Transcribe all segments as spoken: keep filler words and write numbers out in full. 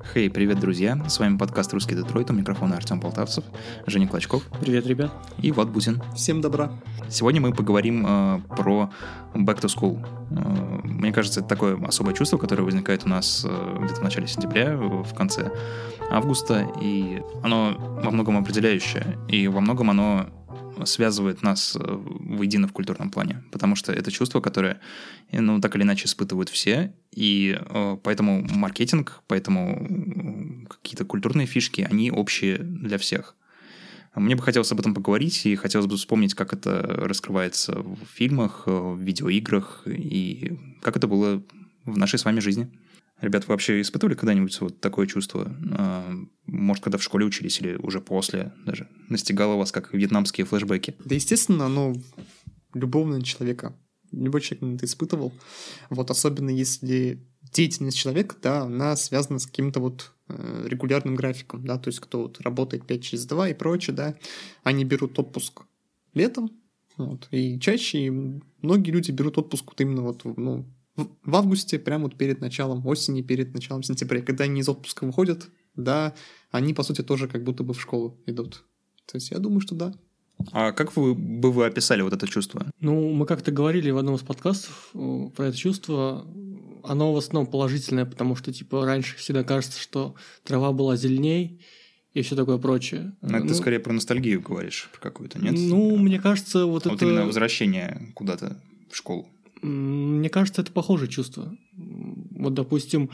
Хей, привет, друзья! С вами подкаст «Русский Детройт», у микрофона Артем Полтавцев, Женя Клочков. Привет, ребят. И Влад Бузин. Всем добра. Сегодня мы поговорим э, про back to school. Э, мне кажется, это такое особое чувство, которое возникает у нас э, где-то в начале сентября, в конце августа, и оно во многом определяющее, и во многом оно связывает нас воедино в культурном плане, потому что это чувство, которое, ну, так или иначе испытывают все, и э, поэтому маркетинг, поэтому какие-то культурные фишки, они общие для всех. Мне бы хотелось об этом поговорить, и хотелось бы вспомнить, как это раскрывается в фильмах, в видеоиграх, и как это было в нашей с вами жизни. Ребят, вы вообще испытывали когда-нибудь вот такое чувство? Может, когда в школе учились или уже после даже? Настигало вас, как вьетнамские флешбеки? Да, естественно, оно любовное человека. Любой человек это испытывал. Вот особенно если деятельность человека, да, она связана с каким-то вот э, регулярным графиком, да, то есть кто вот работает пять через два и прочее, да, они берут отпуск летом, вот, и чаще и многие люди берут отпуск вот именно вот, ну, в августе, прямо вот перед началом осени, перед началом сентября, когда они из отпуска выходят, да, они, по сути, тоже как будто бы в школу идут. То есть я думаю, что да. А как вы бы вы описали вот это чувство? Ну, мы как-то говорили в одном из подкастов про это чувство. Оно в основном положительное, потому что, типа, раньше всегда кажется, что трава была зеленей и все такое прочее. Но это ну, ты скорее про ностальгию говоришь, про какую-то, нет? Ну, мне кажется, вот, вот это... Вот именно возвращение куда-то в школу. Мне кажется, это похожее чувство. Вот, допустим,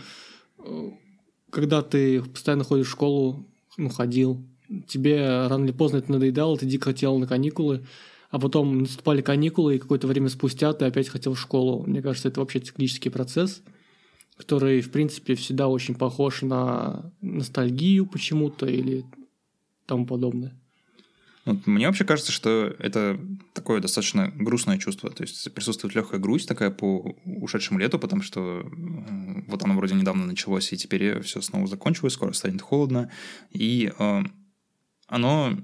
когда ты постоянно ходишь в школу, ну, ходил, тебе рано или поздно это надоедало, ты дико хотел на каникулы, а потом наступали каникулы, и какое-то время спустя ты опять хотел в школу. Мне кажется, это вообще циклический процесс, который, в принципе, всегда очень похож на ностальгию почему-то или тому подобное. Вот мне вообще кажется, что это такое достаточно грустное чувство. То есть присутствует легкая грусть такая по ушедшему лету, потому что вот оно вроде недавно началось, и теперь все снова закончилось, скоро станет холодно. И э, оно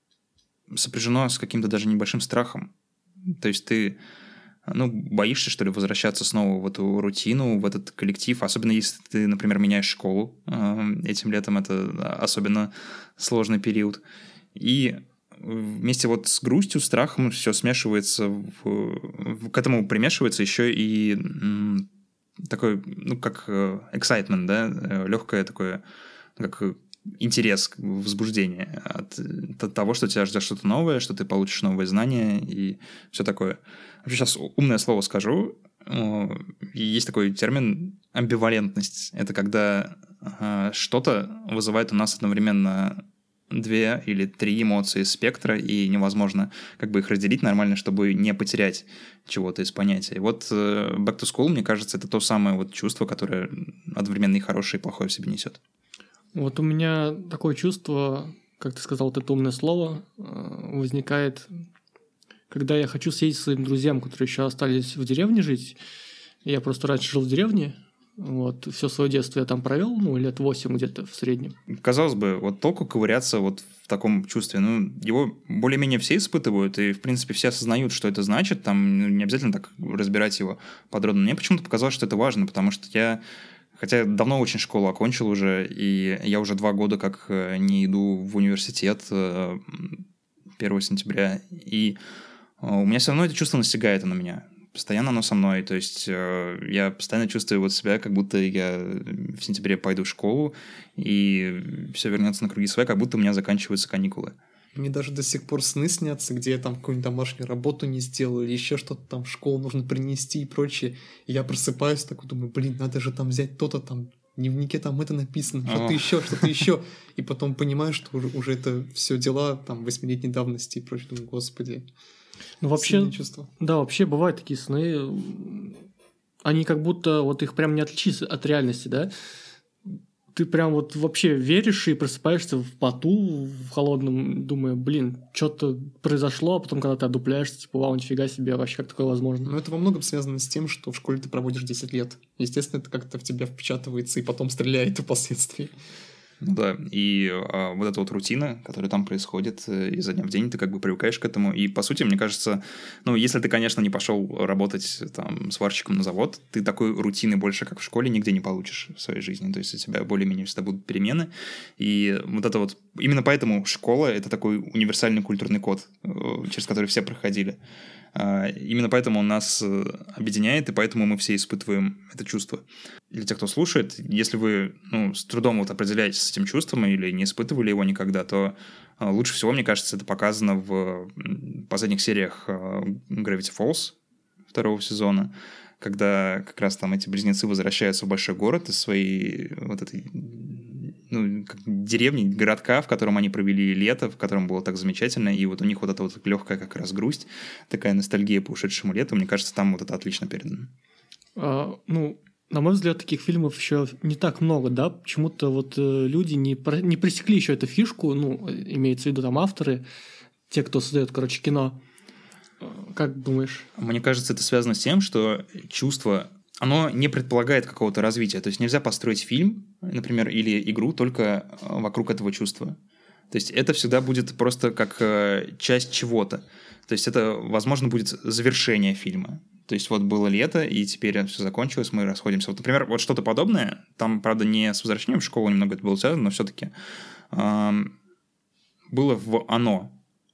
сопряжено с каким-то даже небольшим страхом. То есть ты ну, боишься, что ли, возвращаться снова в эту рутину, в этот коллектив, особенно если ты, например, меняешь школу. Э, этим летом это особенно сложный период. И вместе вот с грустью, страхом все смешивается, в, в, к этому примешивается еще и м, такой, ну, как excitement, да, легкое такое, как интерес, возбуждение от, от того, что тебя ждет что-то новое, что ты получишь новые знания и все такое. Вообще сейчас умное слово скажу. Есть такой термин амбивалентность. Это когда что-то вызывает у нас одновременно две или три эмоции спектра, и невозможно как бы их разделить нормально, чтобы не потерять чего-то из понятия. И вот back to school, мне кажется, это то самое вот чувство, которое одновременно и хорошее, и плохое в себе несет. Вот у меня такое чувство, как ты сказал, вот это умное слово, возникает, когда я хочу съездить к своим друзьям, которые еще остались в деревне жить. Я просто раньше жил в деревне, вот, все свое детство я там провел, ну, лет восемь где-то в среднем. Казалось бы, вот толку ковыряться вот в таком чувстве, ну, его более-менее все испытывают, и, в принципе, все осознают, что это значит, там, ну, не обязательно так разбирать его подробно. Мне почему-то показалось, что это важно, потому что я, хотя давно очень школу окончил уже, и я уже два года как не иду в университет первого сентября, и у меня все равно это чувство настигает на меня. Постоянно оно со мной, то есть э, я постоянно чувствую вот себя, как будто я в сентябре пойду в школу, и все вернется на круги своя, как будто у меня заканчиваются каникулы. Мне даже до сих пор сны снятся, где я там какую-нибудь домашнюю работу не сделал, или еще что-то там в школу нужно принести и прочее. И я просыпаюсь, такой думаю, блин, надо же там взять то-то там, в дневнике там это написано, что-то еще, что-то еще. И потом понимаю, что уже, уже это все дела там восьмилетней давности и прочее. Думаю, господи. Ну, вообще, да, вообще бывают такие сны, они как будто вот их прям не отличить от реальности, да? Ты прям вот вообще веришь и просыпаешься в поту, в холодном, думая, блин, что-то произошло, а потом, когда ты одупляешься, типа, вау, нифига себе, вообще как такое возможно? Ну, это во многом связано с тем, что в школе ты проводишь десять лет. Естественно, это как-то в тебя впечатывается и потом стреляет впоследствии. Ну да, и а, вот эта вот рутина, которая там происходит изо дня в день, ты как бы привыкаешь к этому. И, по сути, мне кажется, ну, если ты, конечно, не пошел работать там сварщиком на завод, ты такой рутины больше, как в школе, нигде не получишь в своей жизни. То есть у тебя более-менее всегда будут перемены. И вот это вот... Именно поэтому школа — это такой универсальный культурный код, через который все проходили. Именно поэтому он нас объединяет, и поэтому мы все испытываем это чувство. Для тех, кто слушает, если вы ну, с трудом вот определяетесь с этим чувством или не испытывали его никогда, то лучше всего, мне кажется, это показано в последних сериях Gravity Falls второго сезона, когда как раз там эти близнецы возвращаются в большой город из своей вот этой ну, как деревни, городка, в котором они провели лето, в котором было так замечательно, и вот у них вот эта вот легкая как раз грусть, такая ностальгия по ушедшему лету, мне кажется, там вот это отлично передано. А, ну, на мой взгляд, таких фильмов еще не так много, да, почему-то вот э, люди не, про, не пресекли еще эту фишку, ну, имеется в виду там авторы, те, кто создает, короче, кино. Как думаешь? Мне кажется, это связано с тем, что чувство, оно не предполагает какого-то развития. То есть нельзя построить фильм, например, или игру только вокруг этого чувства. То есть это всегда будет просто как часть чего-то. То есть это, возможно, будет завершение фильма. То есть вот было лето, и теперь все закончилось, мы расходимся. Вот, например, вот что-то подобное, там, правда, не с возвращением в школу немного это было связано, но все-таки эм, было в «Оно».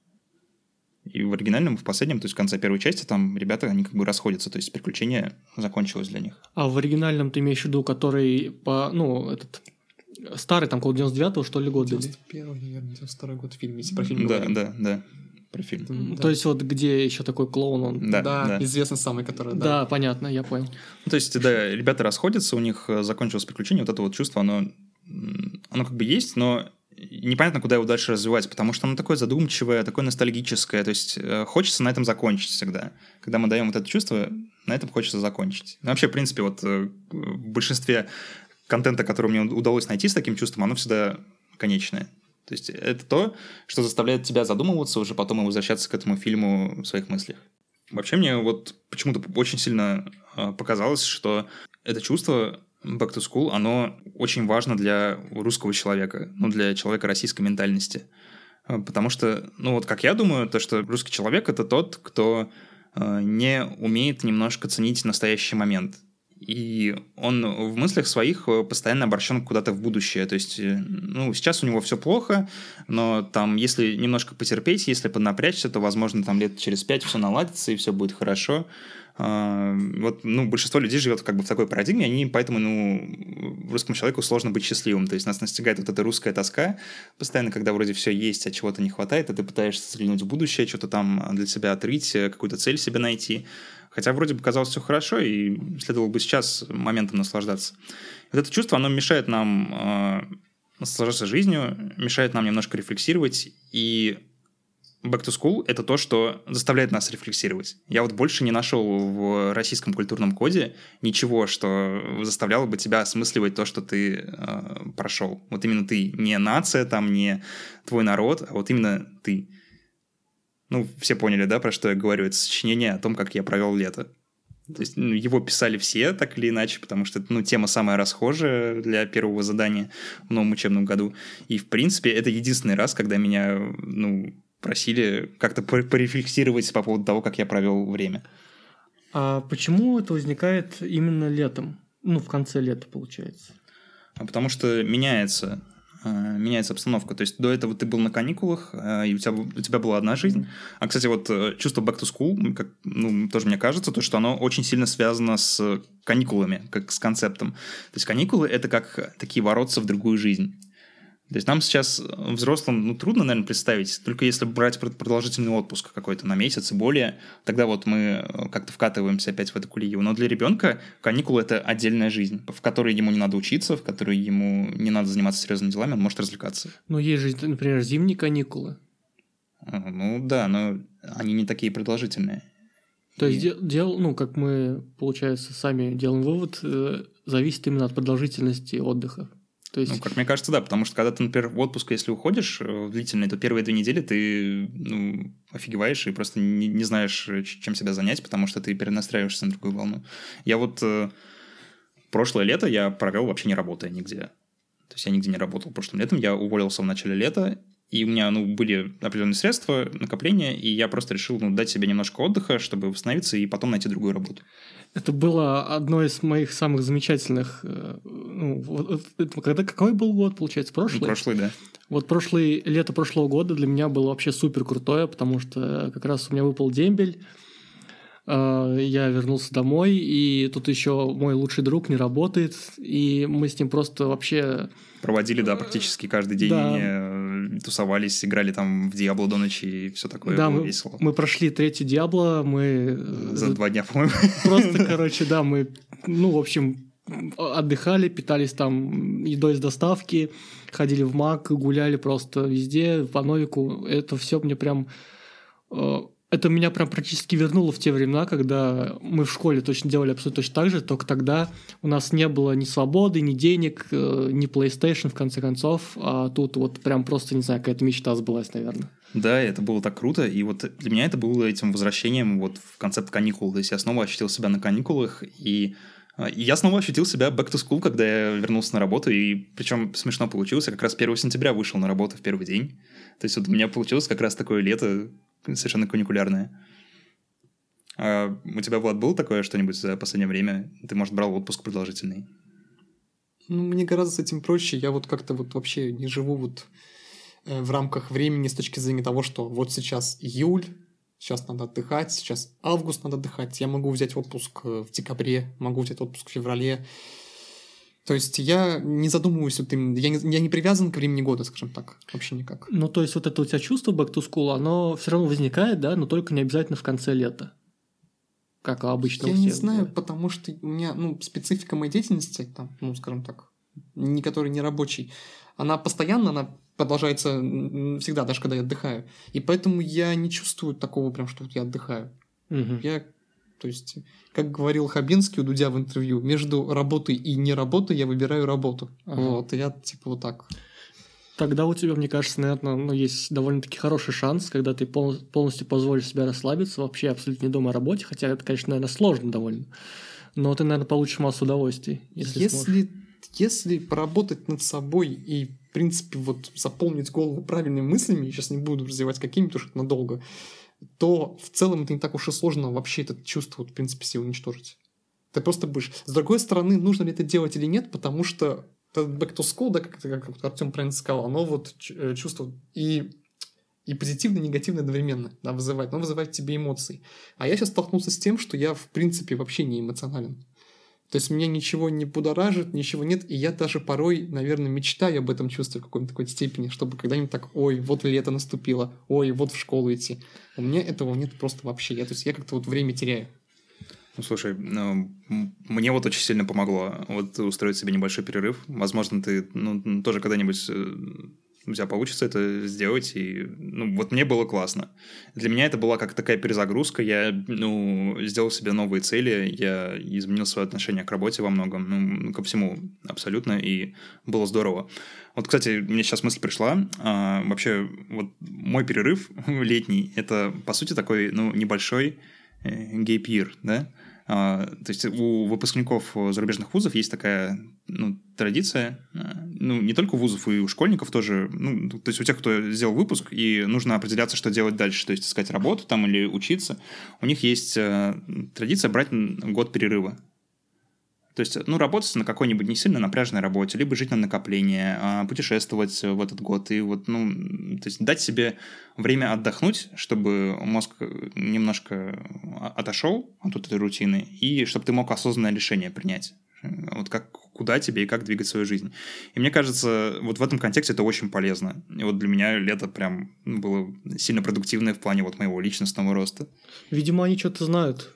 И в оригинальном, и в последнем, то есть в конце первой части, там ребята, они как бы расходятся, то есть приключение закончилось для них. А в оригинальном ты имеешь в виду, который по, ну, этот, старый, там, около девяносто девятого, что ли, года? девяносто первый, наверное, девяносто второй год фильм, если про фильм Да, говорим. да, да, про фильм. Mm, да. То есть вот где еще такой клоун он? Да, да, да. известный самый, который... Да, Да, понятно, я понял. Ну, то есть, да, ребята расходятся, у них закончилось приключение, вот это вот чувство, оно, оно как бы есть, но непонятно, куда его дальше развивать, потому что оно такое задумчивое, такое ностальгическое, то есть э, хочется на этом закончить всегда. Когда мы даем вот это чувство, на этом хочется закончить. Ну, вообще, в принципе, вот э, в большинстве контента, который мне удалось найти с таким чувством, оно всегда конечное. То есть это то, что заставляет тебя задумываться уже потом и возвращаться к этому фильму в своих мыслях. Вообще мне вот почему-то очень сильно э, показалось, что это чувство Back to School, оно очень важно для русского человека, ну, для человека российской ментальности. Потому что, ну, вот как я думаю, то, что русский человек — это тот, кто э, не умеет немножко ценить настоящий момент. И он в мыслях своих постоянно обращен куда-то в будущее. То есть, ну, сейчас у него все плохо, но там, если немножко потерпеть, если поднапрячься, то, возможно, там лет через пять все наладится, и все будет хорошо. Вот, ну, большинство людей живет как бы в такой парадигме, они поэтому, ну, русскому человеку сложно быть счастливым. То есть нас настигает вот эта русская тоска постоянно, когда вроде все есть, а чего-то не хватает, а ты пытаешься заглянуть в будущее, что-то там для себя отрыть, какую-то цель себе найти. Хотя вроде бы казалось все хорошо, и следовало бы сейчас моментом наслаждаться. Вот это чувство, оно мешает нам э, наслаждаться жизнью, мешает нам немножко рефлексировать, и Back to School — это то, что заставляет нас рефлексировать. Я вот больше не нашел в российском культурном коде ничего, что заставляло бы тебя осмысливать то, что ты э, прошел. Вот именно ты, не нация, там, не твой народ, а вот именно ты. Ну, все поняли, да, про что я говорю? Это сочинение о том, как я провел лето. То есть, ну, его писали все, так или иначе, потому что это, ну, тема самая расхожая для первого задания в новом учебном году. И, в принципе, это единственный раз, когда меня, ну, просили как-то порефлексировать по поводу того, как я провел время. А почему это возникает именно летом? Ну, в конце лета, получается. А потому что меняется, э, меняется обстановка. То есть до этого ты был на каникулах, э, и у тебя, у тебя была одна жизнь. Mm-hmm. А, кстати, вот чувство back to school, как, ну, тоже мне кажется, то, что оно очень сильно связано с каникулами, как с концептом. То есть каникулы — это как такие воротца в другую жизнь. То есть нам сейчас, взрослым, ну, трудно, наверное, представить, только если брать продолжительный отпуск какой-то на месяц и более, тогда вот мы как-то вкатываемся опять в эту колею. Но для ребенка каникулы — это отдельная жизнь, в которой ему не надо учиться, в которой ему не надо заниматься серьезными делами, он может развлекаться. Ну, есть же, например, зимние каникулы. Ну, да, но они не такие продолжительные. То и... есть, дел, ну, как мы, получается, сами делаем вывод, э, зависит именно от продолжительности отдыха. То есть... Ну, как мне кажется, да, потому что когда ты, например, в отпуск, если уходишь в длительный, то первые две недели ты, ну, офигеваешь и просто не, не знаешь, чем себя занять, потому что ты перенастраиваешься на другую волну. Я вот э, прошлое лето я провел вообще не работая нигде. То есть я нигде не работал прошлым летом, я уволился в начале лета, и у меня, ну, были определенные средства, накопления, и я просто решил, ну, дать себе немножко отдыха, чтобы восстановиться и потом найти другую работу. Это было одно из моих самых замечательных... Ну, вот, это, когда, какой был год, получается? Прошлый? Прошлый, да. Вот прошлое лето прошлого года для меня было вообще супер крутое, потому что как раз у меня выпал дембель, я вернулся домой, и тут еще мой лучший друг не работает, и мы с ним просто вообще... Проводили, да, практически каждый день, да. Тусовались, играли там в Диабло до ночи, и все такое, да, было мы, весело. Мы прошли третий Диабло, мы... За два дня, по-моему. Просто, короче, да, мы, ну, в общем, отдыхали, питались там едой с доставки, ходили в Мак, гуляли просто везде, по Новику. Это все мне прям... Это меня прям практически вернуло в те времена, когда мы в школе точно делали абсолютно точно так же, только тогда у нас не было ни свободы, ни денег, ни PlayStation, в конце концов, а тут вот прям просто, не знаю, какая-то мечта сбылась, наверное. Да, это было так круто, и вот для меня это было этим возвращением вот в концепт каникул, то есть я снова ощутил себя на каникулах, и... И я снова ощутил себя back to school, когда я вернулся на работу, и причем смешно получилось, я как раз первого сентября вышел на работу в первый день. То есть вот у меня получилось как раз такое лето совершенно каникулярное. А у тебя, Влад, было такое что-нибудь за последнее время? Ты, может, брал отпуск продолжительный? Ну, мне гораздо с этим проще. Я вот как-то вот вообще не живу вот в рамках времени с точки зрения того, что вот сейчас июль, сейчас надо отдыхать, сейчас август надо отдыхать. Я могу взять отпуск в декабре, могу взять отпуск в феврале. То есть я не задумываюсь, вот им, я, не, я не привязан к времени года, скажем так, вообще никак. Ну, то есть вот это у тебя чувство back to school, оно все равно возникает, да, но только не обязательно в конце лета, как обычно я у всех. Я не знаю, бывает. Потому что у меня, ну, специфика моей деятельности, там, ну, скажем так, не который не рабочий, она постоянно, она продолжается всегда, даже когда я отдыхаю. И поэтому я не чувствую такого прям, что я отдыхаю. Угу. Я, то есть, как говорил Хабенский у Дудя в интервью, между работой и не работой я выбираю работу. Ага. Вот, и я типа вот так. Тогда у тебя, мне кажется, наверное, ну, есть довольно-таки хороший шанс, когда ты пол- полностью позволишь себе расслабиться, вообще абсолютно не думая о работе, хотя это, конечно, наверное, сложно довольно. Но ты, наверное, получишь массу удовольствий, если, если, если поработать над собой и, в принципе, вот заполнить голову правильными мыслями, я сейчас не буду развивать какими, потому что это надолго, то в целом это не так уж и сложно вообще это чувство, вот, в принципе, себе уничтожить. Ты просто будешь... С другой стороны, нужно ли это делать или нет, потому что back to school, да, как, как Артем правильно сказал, оно вот чувство и, и позитивно, и негативно одновременно, да, вызывает, оно вызывает в тебе эмоции. А я сейчас столкнулся с тем, что я, в принципе, вообще не эмоционален. То есть меня ничего не будоражит, ничего нет, и я даже порой, наверное, мечтаю об этом чувстве в какой-то такой степени, чтобы когда-нибудь так, ой, вот лето наступило, ой, вот в школу идти. У меня этого нет просто вообще. Я, то есть я как-то вот время теряю. Ну, слушай, ну, мне вот очень сильно помогло вот устроить себе небольшой перерыв. Возможно, ты ну, тоже когда-нибудь у тебя получится это сделать. И, ну, вот мне было классно. Для меня это была как такая перезагрузка. Я, ну, сделал себе новые цели. Я изменил свое отношение к работе во многом. Ну, ко всему абсолютно. И было здорово. Вот, кстати, мне сейчас мысль пришла. А, вообще, вот мой перерыв летний, это, по сути, такой, ну, небольшой gap year, да? А, то есть у выпускников зарубежных вузов есть такая ну, традиция, ну, не только у вузов, и у школьников тоже, ну, то есть у тех, кто сделал выпуск, и нужно определяться, что делать дальше, то есть искать работу там или учиться, у них есть а, традиция брать год перерыва. То есть, ну, работать на какой-нибудь не сильно напряженной работе, либо жить на накопление, путешествовать в этот год и вот, ну, то есть дать себе время отдохнуть, чтобы мозг немножко отошел от этой рутины и чтобы ты мог осознанное решение принять. Вот как, куда тебе и как двигать свою жизнь. И мне кажется, вот в этом контексте это очень полезно. И вот для меня лето прям было сильно продуктивное в плане вот моего личностного роста. Видимо, они что-то знают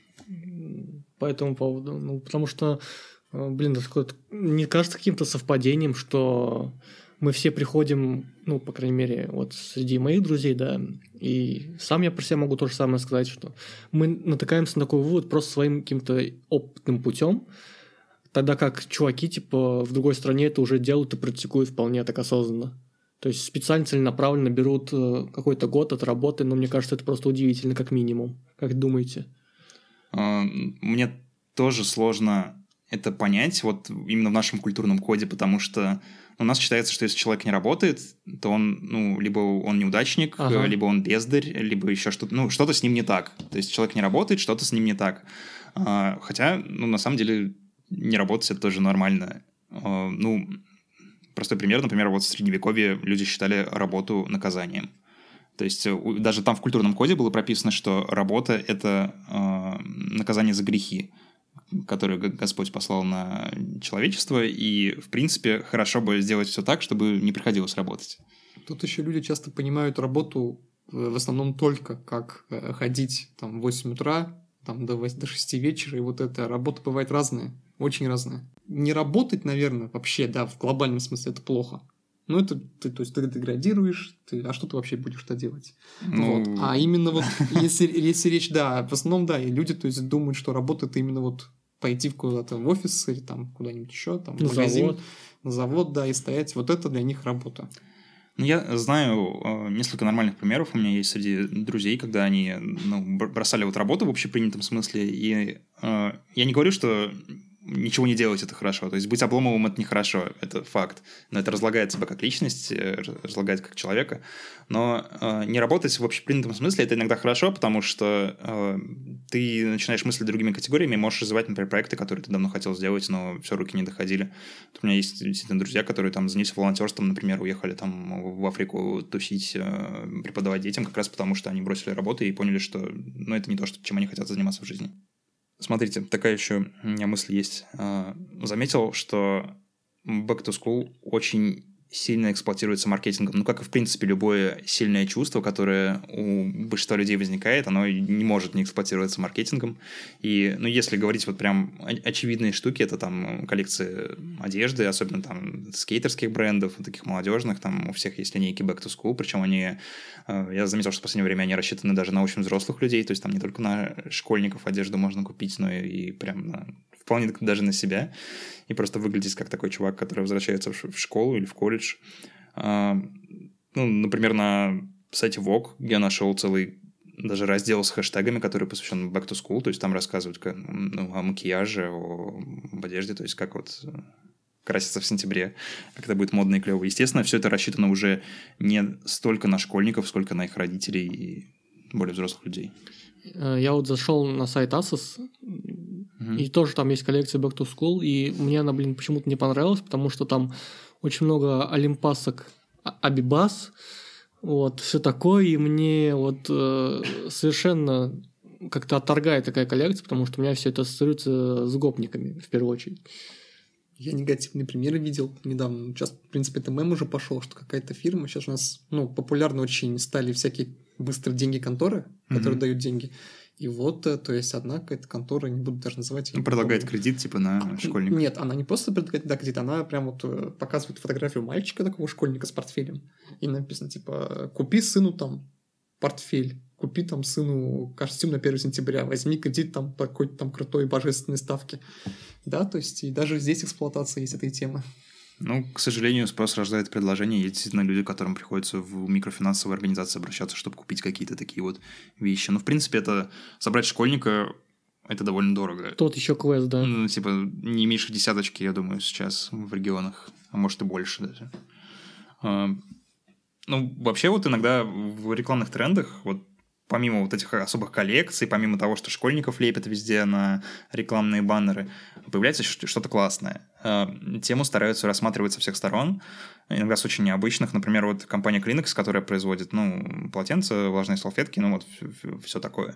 по этому поводу. Ну, потому что, блин, это не кажется каким-то совпадением, что мы все приходим, ну, по крайней мере, вот среди моих друзей, да, и сам я про себя могу то же самое сказать, что мы натыкаемся на такой вывод просто своим каким-то опытным путем, тогда как чуваки, типа, в другой стране это уже делают и практикуют вполне так осознанно. То есть специально целенаправленно берут какой-то год от работы, но мне кажется, это просто удивительно, как минимум. Как думаете? Мне тоже сложно это понять вот именно в нашем культурном коде, потому что у нас считается, что если человек не работает, то он, ну, либо он неудачник, ага. либо он бездарь, либо еще что-то, ну, что-то с ним не так. То есть человек не работает, что-то с ним не так. А, хотя, ну, на самом деле, не работать — это тоже нормально. А, ну, простой пример, например, вот в Средневековье люди считали работу наказанием. То есть даже там в культурном коде было прописано, что работа — это э, наказание за грехи, которые Господь послал на человечество, и, в принципе, хорошо бы сделать все так, чтобы не приходилось работать. Тут еще люди часто понимают работу в основном только как ходить там, в восемь утра там, до шести вечера, и вот эта работа бывает разная, очень разная. Не работать, наверное, вообще, да, в глобальном смысле это плохо. Ну, это ты, то есть ты деградируешь, ты, а что ты вообще будешь-то делать? Ну... Вот. А именно вот, если, если речь, да, в основном, да, и люди, то есть, думают, что работа — это именно вот пойти куда-то в офис или там куда-нибудь еще, там, в магазин, завод. на завод, да, и стоять. Вот это для них работа. Ну, я знаю э, несколько нормальных примеров у меня есть среди друзей, когда они, ну, бросали вот работу в общепринятом смысле, и э, я не говорю, что ничего не делать — это хорошо. То есть быть Обломовым — это нехорошо, это факт. Но это разлагает тебя как личность, разлагает как человека. Но э, не работать в общепринятом смысле — это иногда хорошо, потому что э, ты начинаешь мыслить другими категориями, можешь развивать, например, проекты, которые ты давно хотел сделать, но все, руки не доходили. Вот у меня есть действительно друзья, которые там занялись волонтерством, например, уехали там в Африку тусить, э, преподавать детям, как раз потому, что они бросили работу и поняли, что ну, это не то, чем они хотят заниматься в жизни. Смотрите, такая еще у меня мысль есть. Заметил, что Back to School очень сильно эксплуатируется маркетингом. Ну, как и, в принципе, любое сильное чувство, которое у большинства людей возникает, оно не может не эксплуатироваться маркетингом. И, ну, если говорить вот прям очевидные штуки, это там коллекции одежды, особенно там скейтерских брендов, таких молодежных, там у всех есть линейки Back to School, причем они, я заметил, что в последнее время они рассчитаны даже на очень взрослых людей, то есть там не только на школьников одежду можно купить, но и прям на... вполне даже на себя, и просто выглядеть как такой чувак, который возвращается в школу или в колледж. А, ну, например, на сайте Vogue я нашел целый даже раздел с хэштегами, который посвящен Back to School, то есть там рассказывают как, ну, о макияже, о, об одежде, то есть как вот краситься в сентябре, как это будет модно и клево. Естественно, все это рассчитано уже не столько на школьников, сколько на их родителей и более взрослых людей. Я вот зашел на сайт Asos, mm-hmm. и тоже там есть коллекция Back to School, и мне она, блин, почему-то не понравилась, потому что там очень много олимпасок Абибас, вот, все такое, и мне вот э, совершенно как-то отторгает такая коллекция, потому что у меня все это ассоциируется с гопниками, в первую очередь. Я негативные примеры видел недавно. Сейчас, в принципе, это мем уже пошел, что какая-то фирма, сейчас у нас, ну, популярны очень стали всякие быстрые деньги конторы, которые mm-hmm. дают деньги. И вот, то есть, одна какая-то контора, не буду даже называть. Ну, предлагает кредит, типа, на школьника. Нет, она не просто предлагает да, кредит, она прям вот показывает фотографию мальчика, такого школьника с портфелем. И написано, типа, купи сыну там портфель, купи там сыну костюм на первое сентября, возьми кредит там по какой-то там крутой божественной ставке. Да, то есть, и даже здесь эксплуатация есть этой темы. Ну, к сожалению, спрос рождает предложение. Есть действительно люди, которым приходится в микрофинансовые организации обращаться, чтобы купить какие-то такие вот вещи. Но, в принципе, это собрать школьника – это довольно дорого. Тот еще квест, да. Ну, типа, не меньше десяточки, я думаю, сейчас в регионах. А может, и больше даже. А, ну, вообще, вот иногда в рекламных трендах, вот помимо вот этих особых коллекций, помимо того, что школьников лепят везде на рекламные баннеры, появляется что-то классное. Тему стараются рассматривать со всех сторон, иногда с очень необычных. Например, вот компания Kleenex, которая производит, ну, полотенца, влажные салфетки, ну, вот все такое.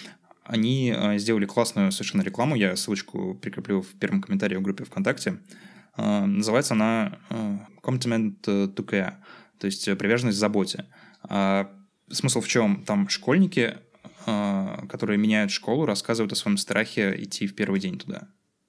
Они сделали классную совершенно рекламу, я ссылочку прикреплю в первом комментарии в группе ВКонтакте. Называется она Commitment to Care, то есть приверженность к заботе. Смысл в чем? Там школьники, которые меняют школу, рассказывают о своем страхе идти в первый день туда.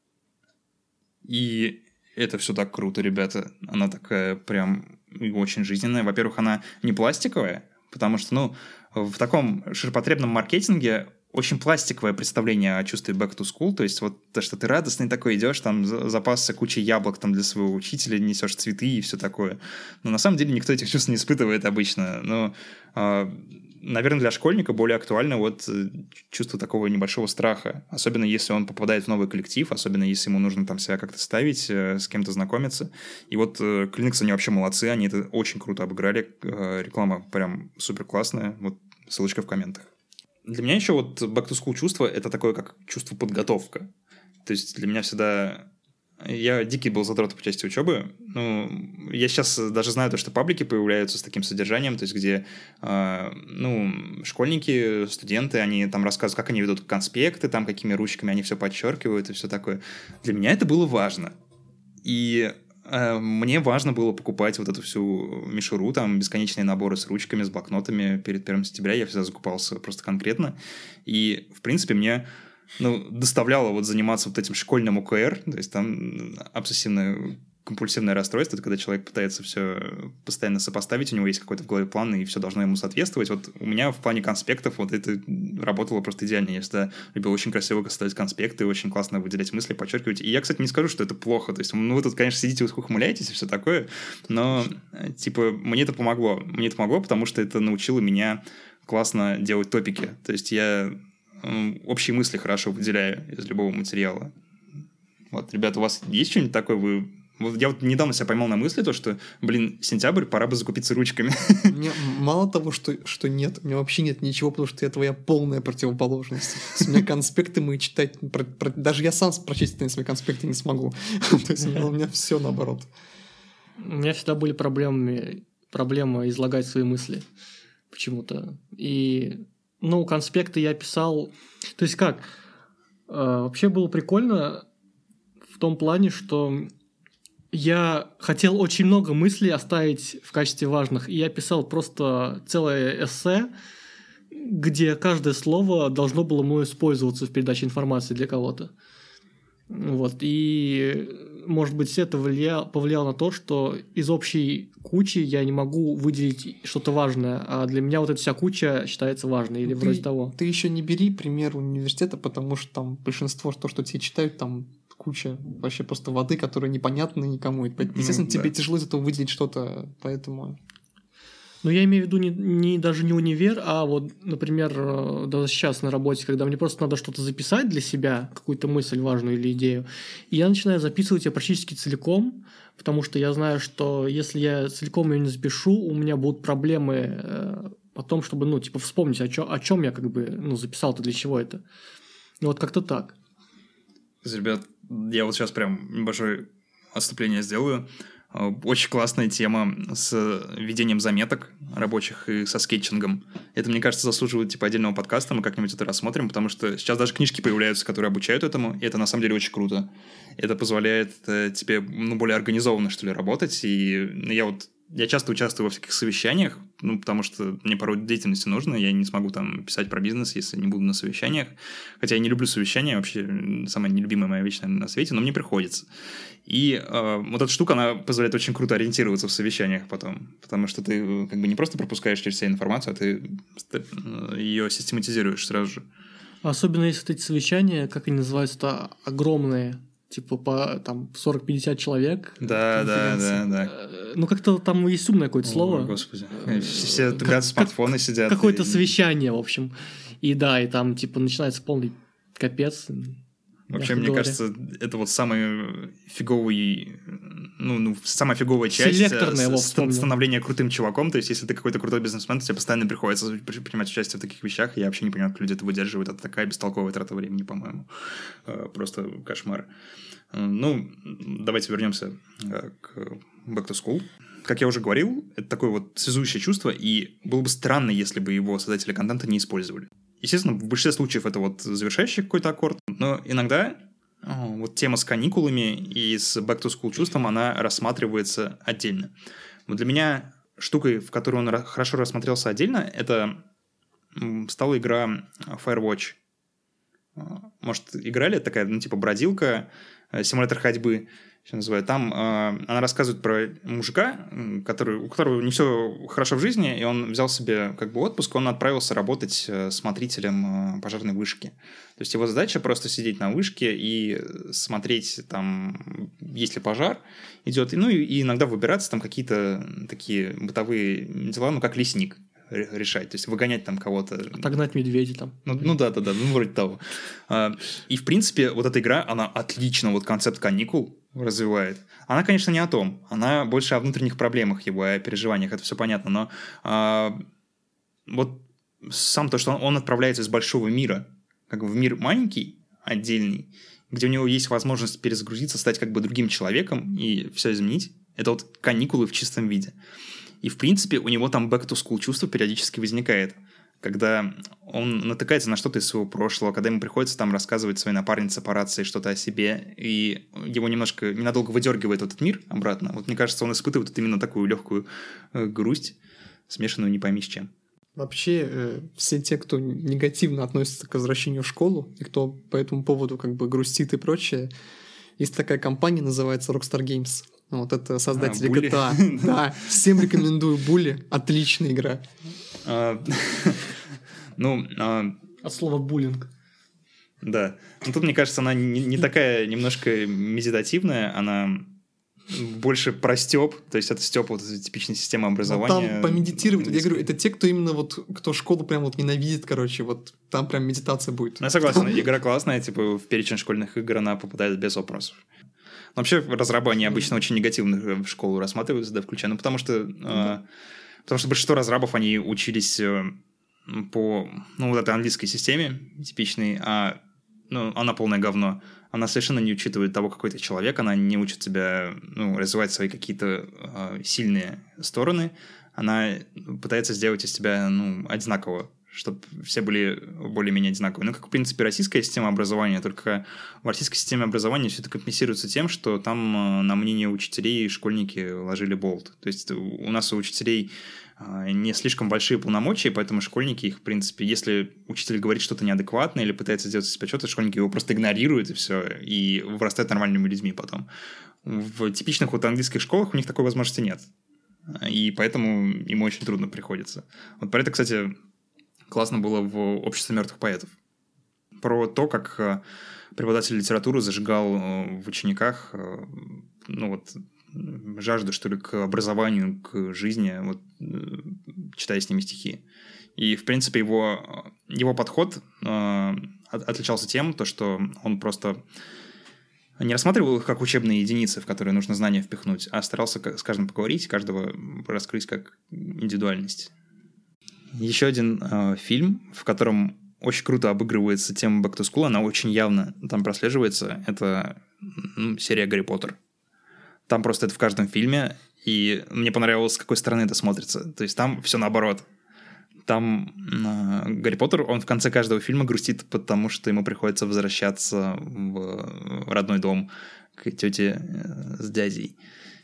И это все так круто, ребята. Она такая прям очень жизненная. Во-первых, она не пластиковая, потому что, ну, в таком ширпотребном маркетинге очень пластиковое представление о чувстве back to school, то есть вот то, что ты радостный такой идешь, там запасся кучей яблок там для своего учителя, несешь цветы и все такое. Но на самом деле никто этих чувств не испытывает обычно. Но, э, наверное, для школьника более актуально вот чувство такого небольшого страха, особенно если он попадает в новый коллектив, особенно если ему нужно там себя как-то ставить, э, с кем-то знакомиться. И вот э, Kleenex, они вообще молодцы, они это очень круто обыграли, э, реклама прям супер классная, вот ссылочка в комментах. Для меня еще вот back to school чувство — это такое, как чувство подготовка. То есть для меня всегда... Я дикий был задрот по части учебы. Ну, я сейчас даже знаю то, что паблики появляются с таким содержанием, то есть где э, ну, школьники, студенты, они там рассказывают, как они ведут конспекты, там какими ручками они все подчеркивают и все такое. Для меня это было важно. И мне важно было покупать вот эту всю мишуру, там бесконечные наборы с ручками, с блокнотами перед первым сентября. Я всегда закупался просто конкретно. И, в принципе, мне ну, доставляло вот заниматься вот этим школьным ОКР, то есть там обсессивное компульсивное расстройство, это когда человек пытается все постоянно сопоставить, у него есть какой-то в голове план, и все должно ему соответствовать. Вот у меня в плане конспектов вот это работало просто идеально. Я всегда любил очень красиво составить конспекты, очень классно выделять мысли, подчеркивать. И я, кстати, не скажу, что это плохо. То есть, ну, вы тут, конечно, сидите, ухмыляетесь и все такое, но, типа, мне это помогло. Мне это помогло, потому что это научило меня классно делать топики. То есть я общие мысли хорошо выделяю из любого материала. Вот, ребята, у вас есть что-нибудь такое, вы... Вот я вот недавно себя поймал на мысли, то, что, блин, сентябрь, пора бы закупиться ручками. Мне мало того, что, что нет, у меня вообще нет ничего, потому что я твоя полная противоположность. У меня конспекты мы читать... Про, про, даже я сам прочитать свои конспекты не смогу. То есть у меня все наоборот. У меня всегда были проблемы, проблема излагать свои мысли почему-то. И, ну, конспекты я писал... То есть как? Вообще было прикольно в том плане, что... Я хотел очень много мыслей оставить в качестве важных, и я писал просто целое эссе, где каждое слово должно было мной использоваться в передаче информации для кого-то. Вот. И, может быть, это влияло, повлияло на то, что из общей кучи я не могу выделить что-то важное, а для меня вот эта вся куча считается важной, или ты, вроде того. Ты еще не бери пример университета, потому что там большинство, то, что тебе читают, там куча вообще просто воды, которая непонятна никому. Естественно, ну, тебе да. тяжело из этого выделить что-то, поэтому... Ну, я имею в виду не, не, даже не универ, а вот, например, даже сейчас на работе, когда мне просто надо что-то записать для себя, какую-то мысль важную или идею, и я начинаю записывать ее практически целиком, потому что я знаю, что если я целиком ее не запишу, у меня будут проблемы потом, чтобы, ну, типа, вспомнить, о чем, о чем я как бы, ну, записал-то, для чего это. Ну, вот как-то так. Ребят, я вот сейчас прям небольшое отступление сделаю. Очень классная тема с ведением заметок рабочих и со скетчингом. Это, мне кажется, заслуживает типа отдельного подкаста, мы как-нибудь это рассмотрим, потому что сейчас даже книжки появляются, которые обучают этому, и это на самом деле очень круто. Это позволяет тебе ну, более организованно, что ли, работать, и я вот я часто участвую во всяких совещаниях, ну, потому что мне порой деятельности нужно, я не смогу там писать про бизнес, если не буду на совещаниях. Хотя я не люблю совещания, вообще самая нелюбимая моя вещь, наверное, на свете, но мне приходится. И э, вот эта штука, она позволяет очень круто ориентироваться в совещаниях потом, потому что ты как бы не просто пропускаешь через себя информацию, а ты ее систематизируешь сразу же. Особенно если вот эти совещания, как они называются-то, огромные, типа по там сорок-пятьдесят человек. Да, да, да, да. Ну, как-то там есть умное какое-то слово. О, господи. Все ребята смартфоны сидят. Какое-то и... совещание, в общем. И да, и там, типа, начинается полный капец. Вообще, мне говоря. кажется, это вот самый фиговый, ну, ну самая фиговая часть Селекторная, становления крутым чуваком. То есть, если ты какой-то крутой бизнесмен, то тебе постоянно приходится принимать участие в таких вещах. Я вообще не понимаю, как люди это выдерживают. Это такая бестолковая трата времени, по-моему. Просто кошмар. Ну, давайте вернемся к Back to School. Как я уже говорил, это такое вот связующее чувство, и было бы странно, если бы его создатели контента не использовали. Естественно, в большинстве случаев это вот завершающий какой-то аккорд, но иногда о, вот тема с каникулами и с Back to School чувством, она рассматривается отдельно. Вот для меня штукой, в которую он хорошо рассмотрелся отдельно, это стала игра Firewatch. Может, играли? Это такая, ну, типа бродилка, симулятор ходьбы. Еще называют. Там э, она рассказывает про мужика, который, у которого не все хорошо в жизни, и он взял себе как бы отпуск, он отправился работать смотрителем э, пожарной вышки. То есть его задача просто сидеть на вышке и смотреть, там, есть ли пожар идет, ну и, и иногда выбираться там какие-то такие бытовые дела, ну как лесник решать, то есть выгонять там кого-то. Отогнать медведя там. Ну, ну да, да, да, ну вроде того. И в принципе вот эта игра, она отлично вот концепт каникул развивает. Она, конечно, не о том, она больше о внутренних проблемах его, о переживаниях, это все понятно, но а, вот сам то, что он, он отправляется из большого мира, как бы в мир маленький, отдельный, где у него есть возможность перезагрузиться, стать как бы другим человеком и все изменить, это вот каникулы в чистом виде. И, в принципе, у него там back to school чувство периодически возникает, когда он натыкается на что-то из своего прошлого, когда ему приходится там рассказывать своей напарнице по рации что-то о себе, и его немножко, ненадолго выдергивает в этот мир обратно. Вот мне кажется, он испытывает вот именно такую легкую э, грусть, смешанную не пойми с чем. Вообще, э, все те, кто негативно относится к возвращению в школу, и кто по этому поводу как бы грустит и прочее, есть такая компания, называется Rockstar Games. Вот это создатели а, джи ти эй. Да, всем рекомендую Булли. Отличная игра. Ну, от слова буллинг. Да. Но тут, мне кажется, она не, не такая немножко медитативная, она больше про стёб, то есть это стёб вот типичной системы образования. Там помедитировать, я говорю, это те, кто именно вот, кто школу прям вот ненавидит, короче, вот там прям медитация будет. Ну, я согласен, игра классная, типа в перечень школьных игр она попадает без вопросов. Но вообще разрабы, они обычно очень негативно в школу рассматриваются, да, включая, ну, потому что, mm-hmm. э, потому что большинство разрабов, они учились э, по, ну, вот этой английской системе типичной, а, ну, она полное говно. Она совершенно не учитывает того, какой ты человек, она не учит тебя, ну, развивать свои какие-то э, сильные стороны, она пытается сделать из тебя, ну, одинакового, чтобы все были более-менее одинаковые. Ну, как, в принципе, российская система образования, только в российской системе образования все это компенсируется тем, что там на мнение учителей школьники ложили болт. То есть у нас у учителей не слишком большие полномочия, поэтому школьники их, в принципе, если учитель говорит что-то неадекватное или пытается сделать из себя что-то, школьники его просто игнорируют, и все, и вырастают нормальными людьми потом. В типичных вот английских школах у них такой возможности нет. И поэтому им очень трудно приходится. Вот про это, кстати, классно было в «Обществе мертвых поэтов». Про то, как преподаватель литературы зажигал в учениках, ну вот, жажду, что ли, к образованию, к жизни, вот, читая с ними стихи. И, в принципе, его, его подход э, отличался тем, то, что он просто не рассматривал их как учебные единицы, в которые нужно знания впихнуть, а старался с каждым поговорить, каждого раскрыть как индивидуальность. Еще один э, фильм, в котором очень круто обыгрывается тема Back to School, она очень явно там прослеживается, это ну, серия «Гарри Поттер». Там просто это в каждом фильме, и мне понравилось, с какой стороны это смотрится. То есть там все наоборот. Там э, Гарри Поттер, он в конце каждого фильма грустит, потому что ему приходится возвращаться в родной дом к тете э, с дядей.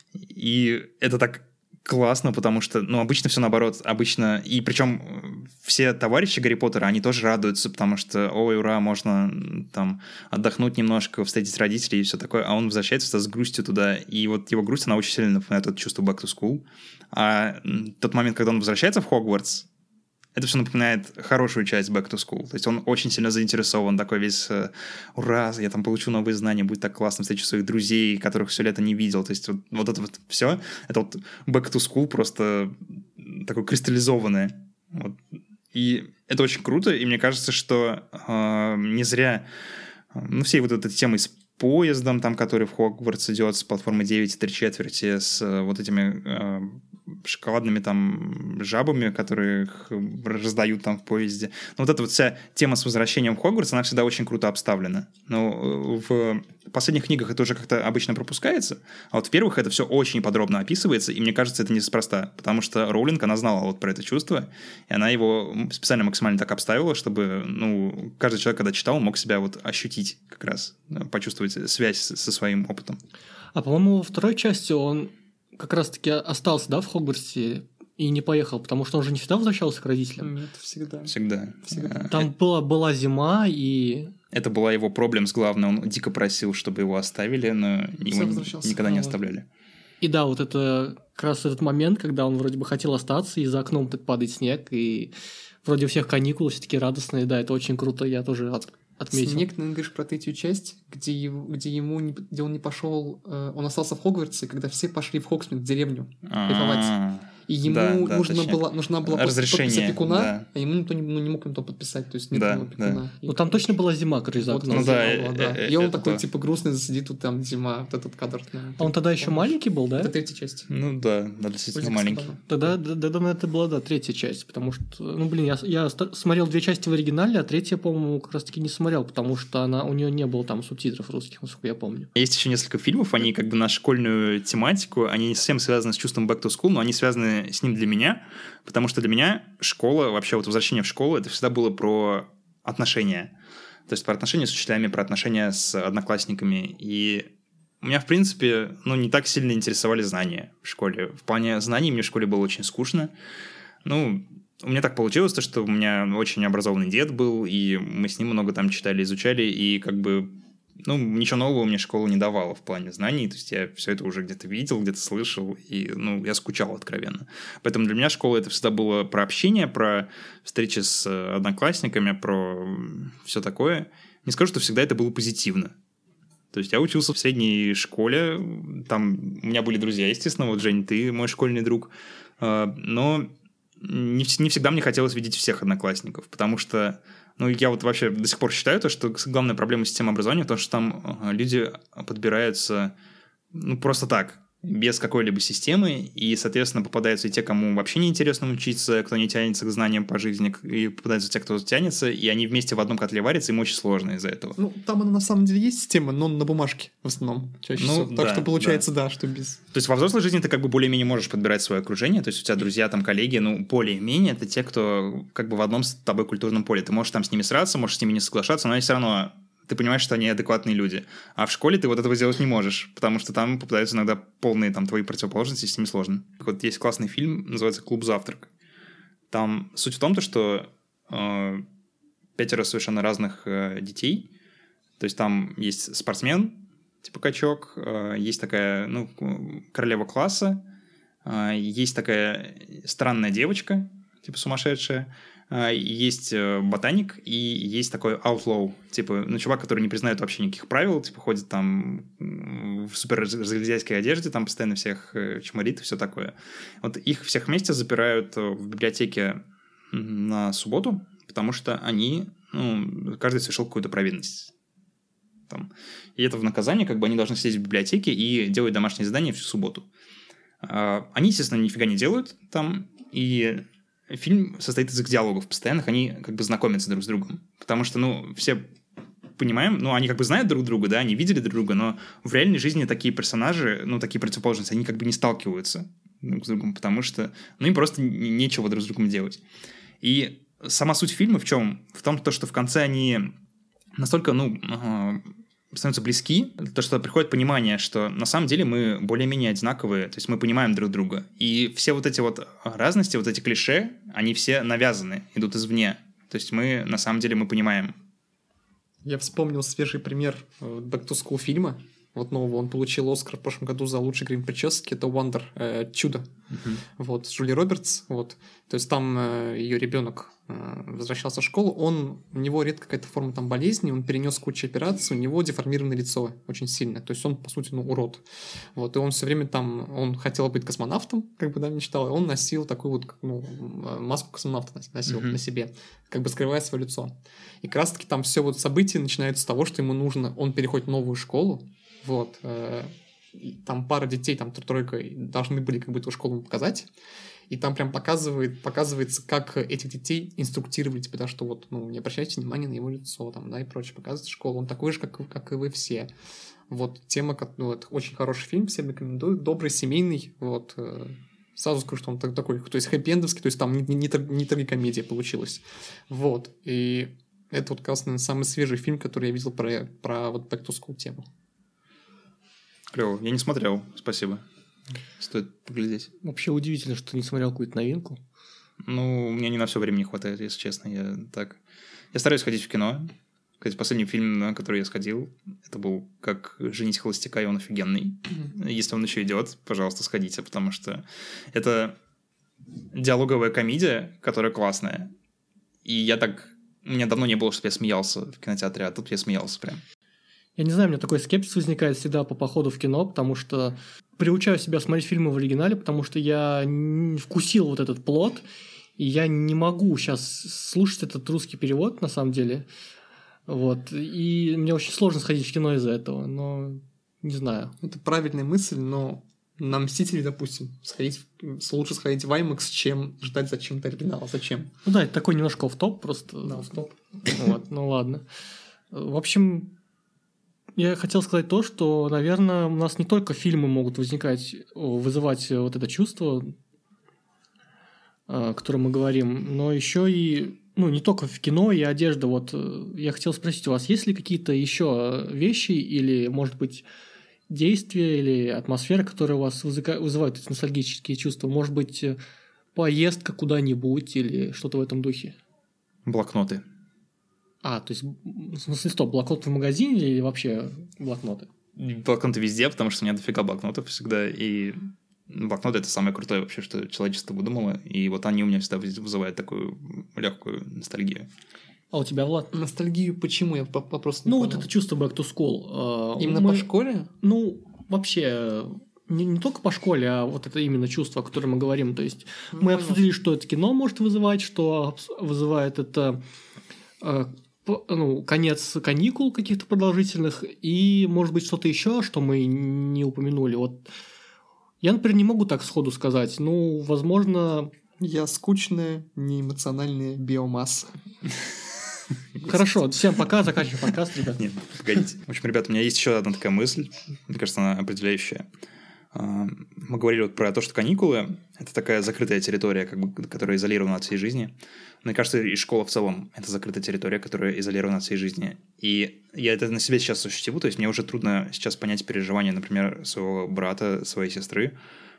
И это так классно, потому что, ну, обычно все наоборот. Обычно, и причем все товарищи Гарри Поттера, они тоже радуются, потому что, ой, ура, можно там отдохнуть немножко, встретить родителей и все такое, а он возвращается с грустью туда, и вот его грусть, она очень сильно напоминает это чувство Back to School. А тот момент, когда он возвращается в Хогвартс, это все напоминает хорошую часть Back to School. То есть он очень сильно заинтересован, такой весь ура, я там получу новые знания, будет так классно, встречу своих друзей, которых все лето не видел. То есть вот, вот это вот все, это вот Back to School просто такое кристаллизованное. Вот. И это очень круто, и мне кажется, что э, не зря ну, всей вот этой темой с поездом, там, который в Хогвартс идет, с платформы девять и три четверти, с э, вот этими э, шоколадными там жабами, которых раздают там в поезде. Но вот эта вот вся тема с возвращением в Хогвартс, она всегда очень круто обставлена. Но в последних книгах это уже как-то обычно пропускается, а вот в первых это все очень подробно описывается, и мне кажется, это неспроста, потому что Роулинг, она знала вот про это чувство, и она его специально максимально так обставила, чтобы, ну, каждый человек, когда читал, мог себя вот ощутить как раз, почувствовать связь со своим опытом. А, по-моему, во второй части он как раз-таки остался, да, в Хогвартсе и не поехал, потому что он же не всегда возвращался к родителям. Нет, всегда. Всегда. всегда. Там была, была зима, и это была его проблема с главной, он дико просил, чтобы его оставили, но его никогда не оставляли. И да, вот это как раз этот момент, когда он вроде бы хотел остаться, и за окном так падает снег, и вроде у всех каникулы, все такие радостные, да, это очень круто, я тоже от, отметил. Снег, ты говоришь про третью часть, где, его, где, ему не, где он не пошел, э, он остался в Хогвартсе, когда все пошли в Хогсмит, в деревню, кайфовать. И ему да, да, нужно было, нужна была подпись опекуна, да. А ему никто не, ну, не мог никто подписать, то есть нет да, опекуна. Да. Ну там точно была зима, короче, за окном. Ну, да, была, да. э, э, и он это такой, то. типа, грустный, сидит тут там зима, вот этот кадр. Наверное, а он тогда еще маленький был, да? Это третья часть. Ну да, да, действительно маленький. Тогда, тогда, тогда это была, да, третья часть, потому что, ну, блин, я, я смотрел две части в оригинале, а третья, по-моему, как раз-таки не смотрел, потому что она, у нее не было там субтитров русских, насколько я помню. Есть еще несколько фильмов, они как бы на школьную тематику, они не совсем связаны с чувством Back to School, но они связаны с ним для меня, потому что для меня школа, вообще вот возвращение в школу, это всегда было про отношения. То есть про отношения с учителями, про отношения с одноклассниками. И меня, в принципе, ну, не так сильно интересовали знания в школе. В плане знаний мне в школе было очень скучно. Ну, у меня так получилось, что у меня очень образованный дед был, и мы с ним много там читали, изучали, и как бы, ну, ничего нового мне школа не давала в плане знаний, то есть я все это уже где-то видел, где-то слышал, и, ну, я скучал откровенно. Поэтому для меня школа это всегда было про общение, про встречи с одноклассниками, про все такое. Не скажу, что всегда это было позитивно. То есть я учился в средней школе, там у меня были друзья, естественно, вот, Жень, ты мой школьный друг, но не, не всегда мне хотелось видеть всех одноклассников, потому что, ну, я вот вообще до сих пор считаю то, что главная проблема системы образования в том, что там люди подбираются, ну, просто так, без какой-либо системы, и, соответственно, попадаются и те, кому вообще не интересно учиться, кто не тянется к знаниям по жизни, и попадаются те, кто тянется, и они вместе в одном котле варятся, им очень сложно из-за этого. Ну, там она на самом деле есть система, но на бумажке в основном чаще ну, всего. Да, так что получается, да. да, что без... То есть во взрослой жизни ты как бы более-менее можешь подбирать свое окружение, то есть у тебя друзья, там, коллеги, ну, более-менее это те, кто как бы в одном с тобой культурном поле. Ты можешь там с ними сраться, можешь с ними не соглашаться, но они все равно... Ты понимаешь, что они адекватные люди. А в школе ты вот этого сделать не можешь, потому что там попадаются иногда полные там твои противоположности, с ними сложно. Вот есть классный фильм, называется «Клуб завтрак». Там суть в том, что э, пятеро совершенно разных э, детей. То есть там есть спортсмен, типа качок, э, есть такая, ну, королева класса, э, есть такая странная девочка, типа сумасшедшая, есть ботаник и есть такой outlaw, типа, ну, чувак, который не признает вообще никаких правил, типа, ходит там в супер разгильдяйской одежде, там постоянно всех чморит и все такое. Вот их всех вместе запирают в библиотеке на субботу, потому что они, ну, каждый совершил какую-то провинность. Там. И это в наказание, как бы они должны сидеть в библиотеке и делать домашние задания всю субботу. Они, естественно, нифига не делают там, и фильм состоит из их диалогов постоянных, они как бы знакомятся друг с другом. Потому что, ну, все понимаем, ну, они как бы знают друг друга, да, они видели друг друга, но в реальной жизни такие персонажи, ну, такие противоположности, они как бы не сталкиваются друг с другом, потому что, ну, им просто нечего друг с другом делать. И сама суть фильма в чем? В том, что в конце они настолько, ну, становятся близки, то, что приходит понимание, что на самом деле мы более-менее одинаковые, то есть мы понимаем друг друга. И все вот эти вот разности, вот эти клише, они все навязаны, идут извне. То есть мы, на самом деле, мы понимаем. Я вспомнил свежий пример Back to School фильма, вот нового. Он получил Оскар в прошлом году за лучший грим прически. Это Wonder, э, Чудо. Uh-huh. Вот, с Джулией Робертс. Вот. То есть там э, ее ребенок э, возвращался в школу. Он, у него редко какая-то форма там болезни, он перенес кучу операций, у него деформированное лицо очень сильно. То есть он, по сути, ну, урод. Вот. И он все время там, он хотел быть космонавтом, как бы, да, мечтал, и он носил такую вот, ну, маску космонавта носил uh-huh. на себе, как бы скрывая свое лицо. И как раз-таки там все вот события начинаются с того, что ему нужно, он переходит в новую школу. Вот, э, там пара детей, там тройка должны были как бы эту школу показать, и там прям показывает, показывается, как этих детей инструктировали, типа, да, что вот, ну, не обращайте внимания на его лицо, там, да, и прочее, показывает школу, он такой же, как, как и вы все. Вот, тема, ну, вот, очень хороший фильм, всем рекомендую, добрый, семейный, вот, э, сразу скажу, что он такой, то есть хэппи-эндовский, то есть там не, не, не трагикомедия получилась, вот, и это вот, как раз, наверное, самый свежий фильм, который я видел про, про вот Back to School тему. Клево. Я не смотрел. Спасибо. Стоит поглядеть. Вообще удивительно, что ты не смотрел какую-то новинку. Ну, мне не на все времени хватает, если честно. Я так... Я стараюсь ходить в кино. Кстати, последний фильм, на который я сходил, это был «Как женить холостяка», и он офигенный. Mm-hmm. Если он еще идет, пожалуйста, сходите, потому что это диалоговая комедия, которая классная. И я так... У меня давно не было, чтобы я смеялся в кинотеатре, а тут я смеялся прям. Я не знаю, у меня такой скепсис возникает всегда по походу в кино, потому что приучаю себя смотреть фильмы в оригинале, потому что я вкусил вот этот плот, и я не могу сейчас слушать этот русский перевод, на самом деле. Вот. И мне очень сложно сходить в кино из-за этого, но не знаю. Это правильная мысль, но на «Мстители», допустим, сходить, лучше сходить в IMAX, чем ждать зачем-то оригинала. Зачем? Ну да, это такой немножко офф-топ просто. Да, офф-топ. Вот, ну ладно. В общем, я хотел сказать то, что, наверное, у нас не только фильмы могут возникать, вызывать вот это чувство, о котором мы говорим, но еще и, ну, не только в кино и одежда. Вот я хотел спросить у вас, есть ли какие-то еще вещи или, может быть, действия или атмосфера, которые у вас вызывают эти ностальгические чувства? Может быть, поездка куда-нибудь или что-то в этом духе? Блокноты. А, то есть, в смысле, стоп, блокнот в магазине или вообще блокноты? Блокноты везде, потому что у меня дофига блокнотов всегда, и блокноты — это самое крутое вообще, что человечество выдумало, и вот они у меня всегда вызывают такую легкую ностальгию. А у тебя, Влад? Ностальгию почему? Я вопрос не Ну, понял. вот это чувство back to school. Именно Мы... по школе? Ну, вообще, не, не только по школе, а вот это именно чувство, о котором мы говорим. То есть, ну, мы понятно. Обсудили, что это кино может вызывать, что вызывает это... ну, конец каникул каких-то продолжительных, и, может быть, что-то еще, что мы не упомянули. Вот я, например, не могу так сходу сказать. Ну, возможно... Я скучная, неэмоциональная биомасса. Хорошо, всем пока, заканчиваем подкаст, ребят. Нет, погодите. В общем, ребята, у меня есть еще одна такая мысль, мне кажется, она определяющая. Мы говорили вот про то, что каникулы – это такая закрытая территория, как бы, которая изолирована от всей жизни. Мне кажется, и школа в целом – это закрытая территория, которая изолирована от всей жизни. И я это на себе сейчас ощутил, то есть мне уже трудно сейчас понять переживания, например, своего брата, своей сестры.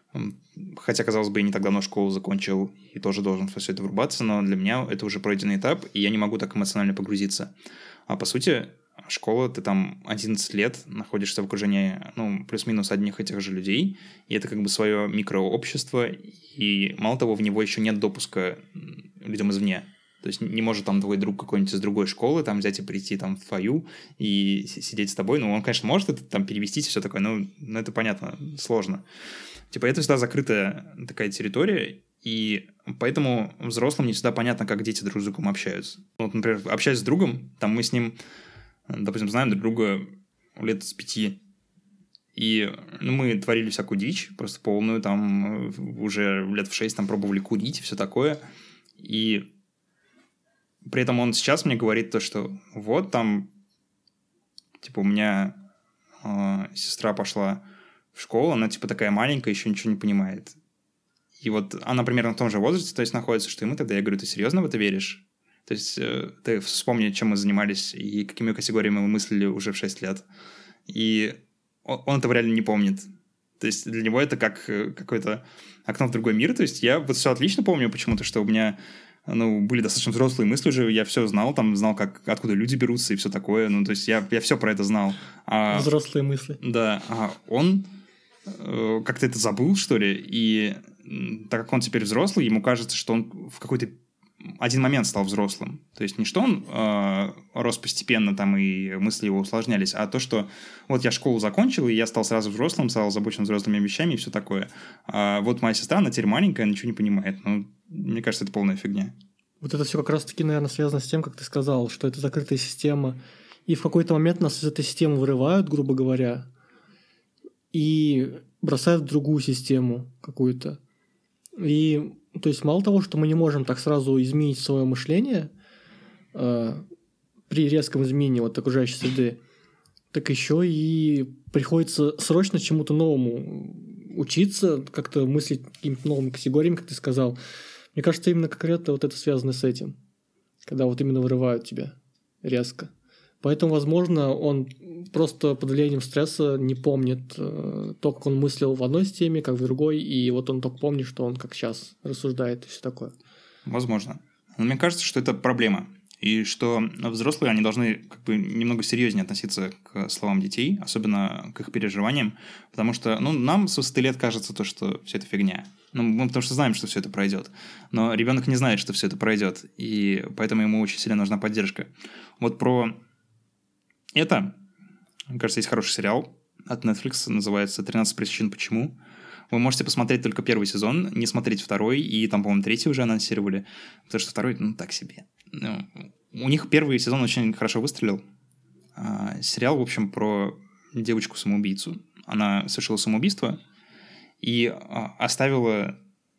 Хотя, казалось бы, я не так давно школу закончил и тоже должен во все это врубаться, но для меня это уже пройденный этап, и я не могу так эмоционально погрузиться. А по сути, школа, ты там одиннадцать лет находишься в окружении, ну, плюс-минус одних и тех же людей, и это как бы свое микрообщество, и мало того, в него еще нет допуска людям извне. То есть не может там твой друг какой-нибудь из другой школы там взять и прийти там в твою и сидеть с тобой. Ну, он, конечно, может это там перевестись и все такое, но, но это понятно, сложно. Типа это всегда закрытая такая территория, и поэтому взрослым не всегда понятно, как дети друг с другом общаются. Вот, например, общаясь с другом, там мы с ним, допустим, знаем друг друга лет с пяти, и ну, мы творили всякую дичь, просто полную, там уже лет в шесть там пробовали курить, все такое, и при этом он сейчас мне говорит то, что вот там, типа у меня э, сестра пошла в школу, она типа такая маленькая, еще ничего не понимает. И вот она примерно в том же возрасте, то есть находится, что и мы тогда. Я говорю, ты серьезно в это веришь? То есть э, ты вспомни, чем мы занимались и какими категориями мы мыслили уже в шесть лет. И он, он этого реально не помнит. То есть для него это как какое-то окно в другой мир. То есть я вот все отлично помню почему-то, что у меня ну, были достаточно взрослые мысли уже, я все знал, там знал, как, откуда люди берутся и все такое. Ну, то есть я, я все про это знал. А, взрослые мысли. Да, а он э, как-то это забыл, что ли, и так как он теперь взрослый, ему кажется, что он в какой-то один момент стал взрослым. То есть не что он э, рос постепенно там и мысли его усложнялись, а то, что вот я школу закончил, и я стал сразу взрослым, стал озабочен взрослыми вещами и все такое. А вот моя сестра, она теперь маленькая, ничего не понимает. Ну, мне кажется, это полная фигня. Вот это все как раз-таки, наверное, связано с тем, как ты сказал, что это закрытая система. И в какой-то момент нас из этой системы вырывают, грубо говоря, и бросают в другую систему какую-то. И, то есть, мало того, что мы не можем так сразу изменить свое мышление э, при резком изменении вот окружающей среды, так еще и приходится срочно чему-то новому учиться, как-то мыслить какими-то новыми категориями, как ты сказал. Мне кажется, именно конкретно вот это связано с этим, когда вот именно вырывают тебя резко. Поэтому, возможно, он просто под влиянием стресса не помнит э, то, как он мыслил в одной системе, как в другой, и вот он только помнит, что он как сейчас рассуждает и все такое. Возможно. Но мне кажется, что это проблема. и что взрослые, они должны как бы немного серьезнее относиться к словам детей, особенно к их переживаниям, потому что, ну, нам с высоты лет кажется то, что все это фигня. Ну, мы потому что знаем, что все это пройдет. Но ребенок не знает, что все это пройдет, и поэтому ему очень сильно нужна поддержка. Вот про это, мне кажется, есть хороший сериал от Netflix, называется «тринадцать причин почему». Вы можете посмотреть только первый сезон, не смотреть второй, и там, по-моему, третий уже анонсировали, потому что второй, ну, так себе. Ну, у них первый сезон очень хорошо выстрелил. А, сериал, в общем, про девочку-самоубийцу. Она совершила самоубийство и а, оставила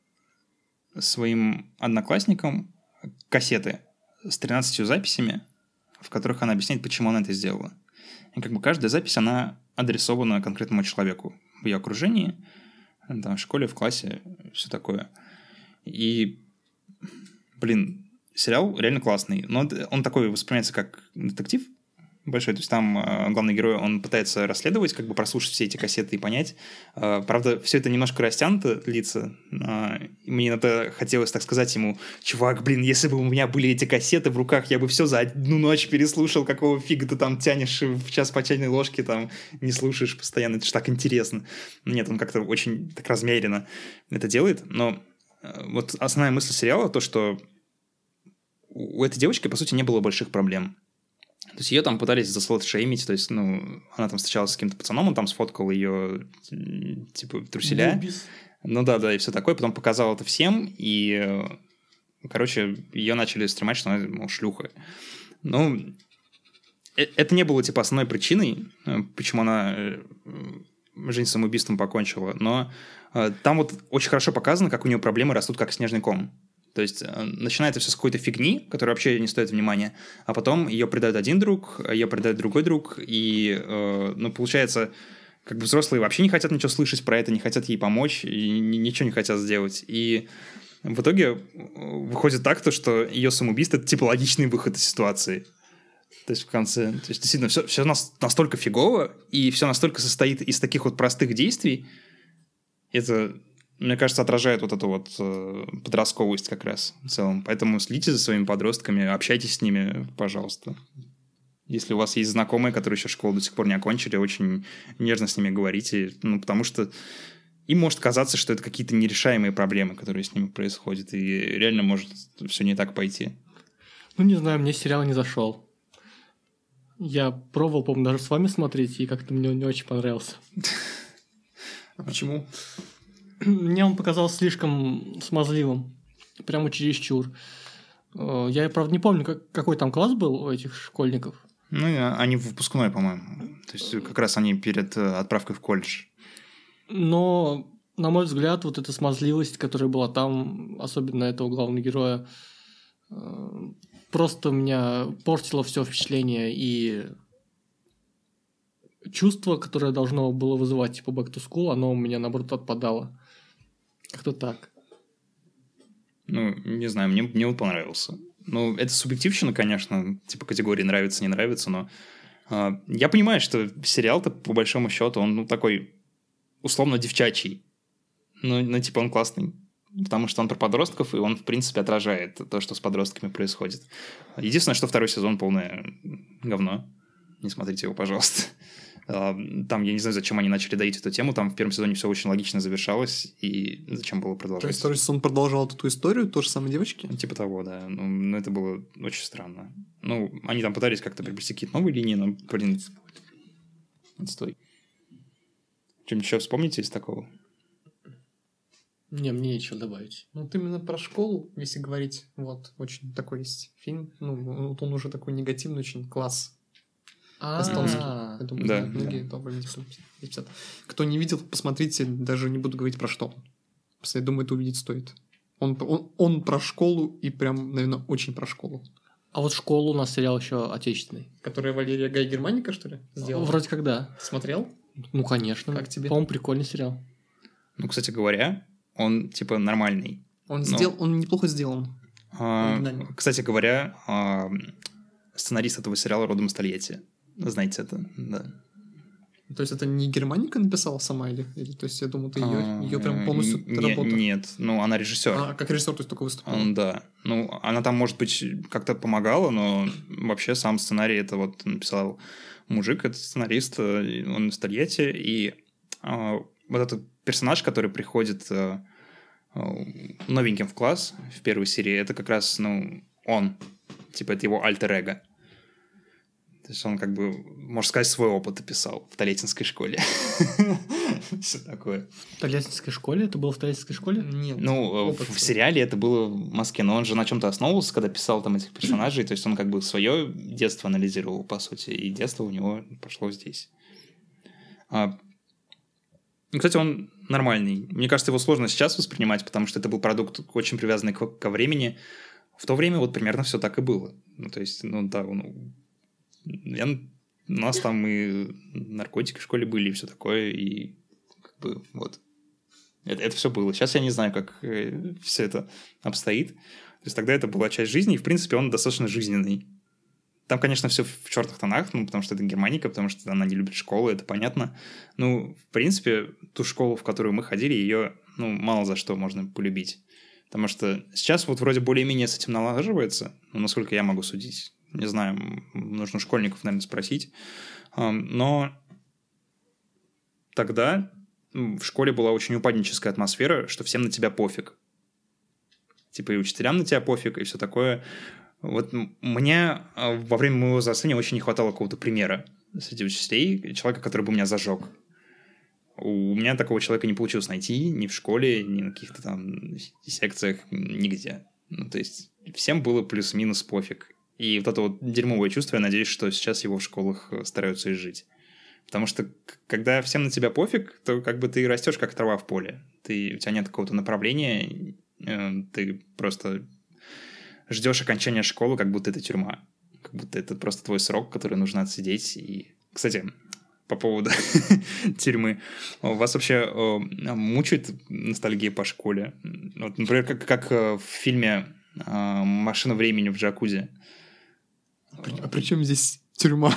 своим одноклассникам кассеты с тринадцатью записями, в которых она объясняет, почему она это сделала. И как бы каждая запись, она адресована конкретному человеку в ее окружении, там, в школе, в классе, все такое. И, блин, сериал реально классный. Но он такой воспринимается как детектив большой. То есть там э, главный герой, он пытается расследовать, как бы прослушать все эти кассеты и понять. Э, правда, все это немножко растянуто длится. Э, мне иногда хотелось так сказать ему: чувак, блин, если бы у меня были эти кассеты в руках, я бы все за одну ночь переслушал, какого фига ты там тянешь в час по чайной ложке, там не слушаешь постоянно, это же так интересно. Нет, он как-то очень так размеренно это делает. Но э, вот основная мысль сериала то, что у этой девочки, по сути, не было больших проблем. То есть ее там пытались заслот-шеймить, то есть, ну, она там встречалась с каким-то пацаном, он там сфоткал ее, типа, труселя. Бубис. Ну да, да, и все такое, потом показал это всем, и, короче, ее начали стремать, что она, мол, шлюха. Ну, это не было, типа, основной причиной, почему она жизнь самоубийством покончила, но там вот очень хорошо показано, как у нее проблемы растут как снежный ком. То есть начинается все с какой-то фигни, которая вообще не стоит внимания, а потом ее предает один друг, ее предает другой друг, и, э, ну, получается, как бы взрослые вообще не хотят ничего слышать про это, не хотят ей помочь, и ничего не хотят сделать. И в итоге выходит так, то, что ее самоубийство – это типа логичный выход из ситуации. То есть в конце, то есть действительно все, все настолько фигово, и все настолько состоит из таких вот простых действий, это... Мне кажется, отражает вот эту вот э, подростковость как раз в целом. Поэтому следите за своими подростками, общайтесь с ними, пожалуйста. Если у вас есть знакомые, которые еще школу до сих пор не окончили, очень нежно с ними говорите, ну, потому что им может казаться, что это какие-то нерешаемые проблемы, которые с ними происходят, и реально может все не так пойти. Ну, не знаю, мне сериал не зашел. Я пробовал, по-моему, даже с вами смотреть, и как-то мне он не очень понравился. А почему? Мне он показался слишком смазливым. Прямо чересчур. Я, правда, не помню, как, какой там класс был у этих школьников. Ну, они в выпускной, по-моему. То есть, как раз они перед отправкой в колледж. Но, на мой взгляд, вот эта смазливость, которая была там, особенно этого главного героя, просто у меня портила все впечатление и... чувство, которое должно было вызывать, типа, back to school, оно у меня, наоборот, отпадало. Как-то так. Ну, не знаю, мне, мне он понравился. Ну, это субъективщина, конечно, типа категории нравится, не нравится, но э, я понимаю, что сериал-то, по большому счету, он, ну, такой условно девчачий. Ну, ну, типа, он классный. Потому что он про подростков, и он, в принципе, отражает то, что с подростками происходит. Единственное, что второй сезон полное говно. Не смотрите его, пожалуйста. Там, я не знаю, зачем они начали доить эту тему. Там в первом сезоне все очень логично завершалось. И зачем было продолжать? То есть второй сезон продолжал эту историю, то же самое девочки? Типа того, да. Ну, ну, это было очень странно. Ну, они там пытались как-то приобрести какие-то новые линии, но, блин, отстой. Что-нибудь еще вспомните из такого? Не, мне нечего добавить. Ну, вот именно про школу, если говорить, вот, очень такой есть фильм. Ну, вот он уже такой негативный, очень класс. Эстонский. Я думаю, да, знают многие. Да. Кто не видел, посмотрите, даже не буду говорить про что. Я думаю, это увидеть стоит. Он, он, он про школу и прям, наверное, очень про школу. А вот школу у нас сериал еще отечественный. Которая Валерия Гай Германика, что ли, сделала? Вроде как да. Смотрел? Ну, конечно. Как тебе? По-моему, прикольный сериал. Ну, кстати говоря, он, типа, нормальный. Он, Но... сдел... он неплохо сделан. А, кстати говоря, а, сценарист этого сериала родом из Тольятти. Знаете это, да. То есть это не Германика написала сама или, или то есть я думаю, ты ее, ее прям полностью Не- работа. Нет, ну она режиссер. А, как режиссер, то есть только выступала. М, Да. Ну, она там, может быть, как-то помогала, но вообще сам сценарий это вот написал мужик, это сценарист, э, он из Тольятти, и а, вот этот персонаж, который приходит э, э, новеньким в класс в первой серии, это как раз, ну, он. Типа, это его альтер-эго. То есть он, как бы, можно сказать, свой опыт описал в Толетинской школе. Все такое. В Тольяттинской школе? Это было в Тольяттинской школе? Нет. Ну, э, опыт в свой. сериале это было в Москве, но он же на чем-то основывался, когда писал там этих персонажей, то есть он как бы свое детство анализировал, по сути, и детство у него прошло здесь. А, ну, кстати, он нормальный. Мне кажется, его сложно сейчас воспринимать, потому что это был продукт, очень привязанный ко, ко времени. В то время вот примерно все так и было. Ну, то есть, ну да, ну, я, у нас там и наркотики в школе были, и все такое, и как бы вот. Это, это все было. Сейчас я не знаю, как э, все это обстоит. То есть тогда это была часть жизни, и, в принципе, он достаточно жизненный. Там, конечно, все в чертах тонах, ну, потому что это Германика, потому что она не любит школу, это понятно. Ну, в принципе, ту школу, в которую мы ходили, ее, ну, мало за что можно полюбить. Потому что сейчас вот вроде более-менее с этим налаживается, ну, насколько я могу судить. Не знаю, нужно школьников, наверное, спросить. Но тогда в школе была очень упадническая атмосфера, что всем на тебя пофиг. Типа и учителям на тебя пофиг, и все такое. Вот мне во время моего взросления очень не хватало какого-то примера среди учителей, человека, который бы меня зажег. У меня такого человека не получилось найти ни в школе, ни на каких-то там секциях, нигде. Ну, то есть всем было плюс-минус пофиг. И вот это вот дерьмовое чувство, я надеюсь, что сейчас его в школах стараются изжить. Потому что когда всем на тебя пофиг, то как бы ты растешь как трава в поле. Ты, у тебя нет какого-то направления, э, ты просто ждешь окончания школы, как будто это тюрьма. Как будто это просто твой срок, который нужно отсидеть. И, кстати, по поводу тюрьмы. Вас вообще э, мучает ностальгия по школе? Вот, например, как, как э, в фильме э, «Машина времени в джакузи». А при чем здесь тюрьма?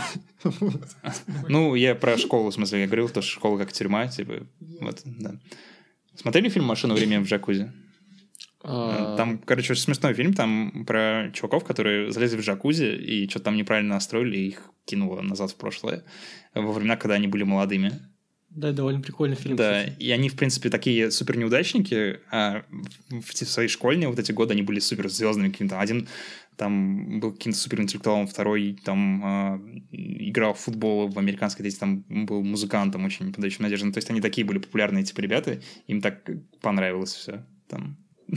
Ну, я про школу, в смысле, я говорил, что школа как тюрьма, типа, вот, да. Смотрели фильм «Машина времени в джакузи»? Там, короче, очень смешной фильм, там про чуваков, которые залезли в джакузи и что-то там неправильно настроили, и их кинуло назад в прошлое, во времена, когда они были молодыми. Да, довольно прикольный фильм. Да, кстати. и они, в принципе, такие супер неудачники, а в, в свои школьные вот эти годы они были супер звездными каким-то. Один там был каким-то супер интеллектуалом, второй там э, играл в футбол в американской лиге, там был музыкантом очень подающим надежды. То есть они такие были популярные, типа, ребята, им так понравилось все там.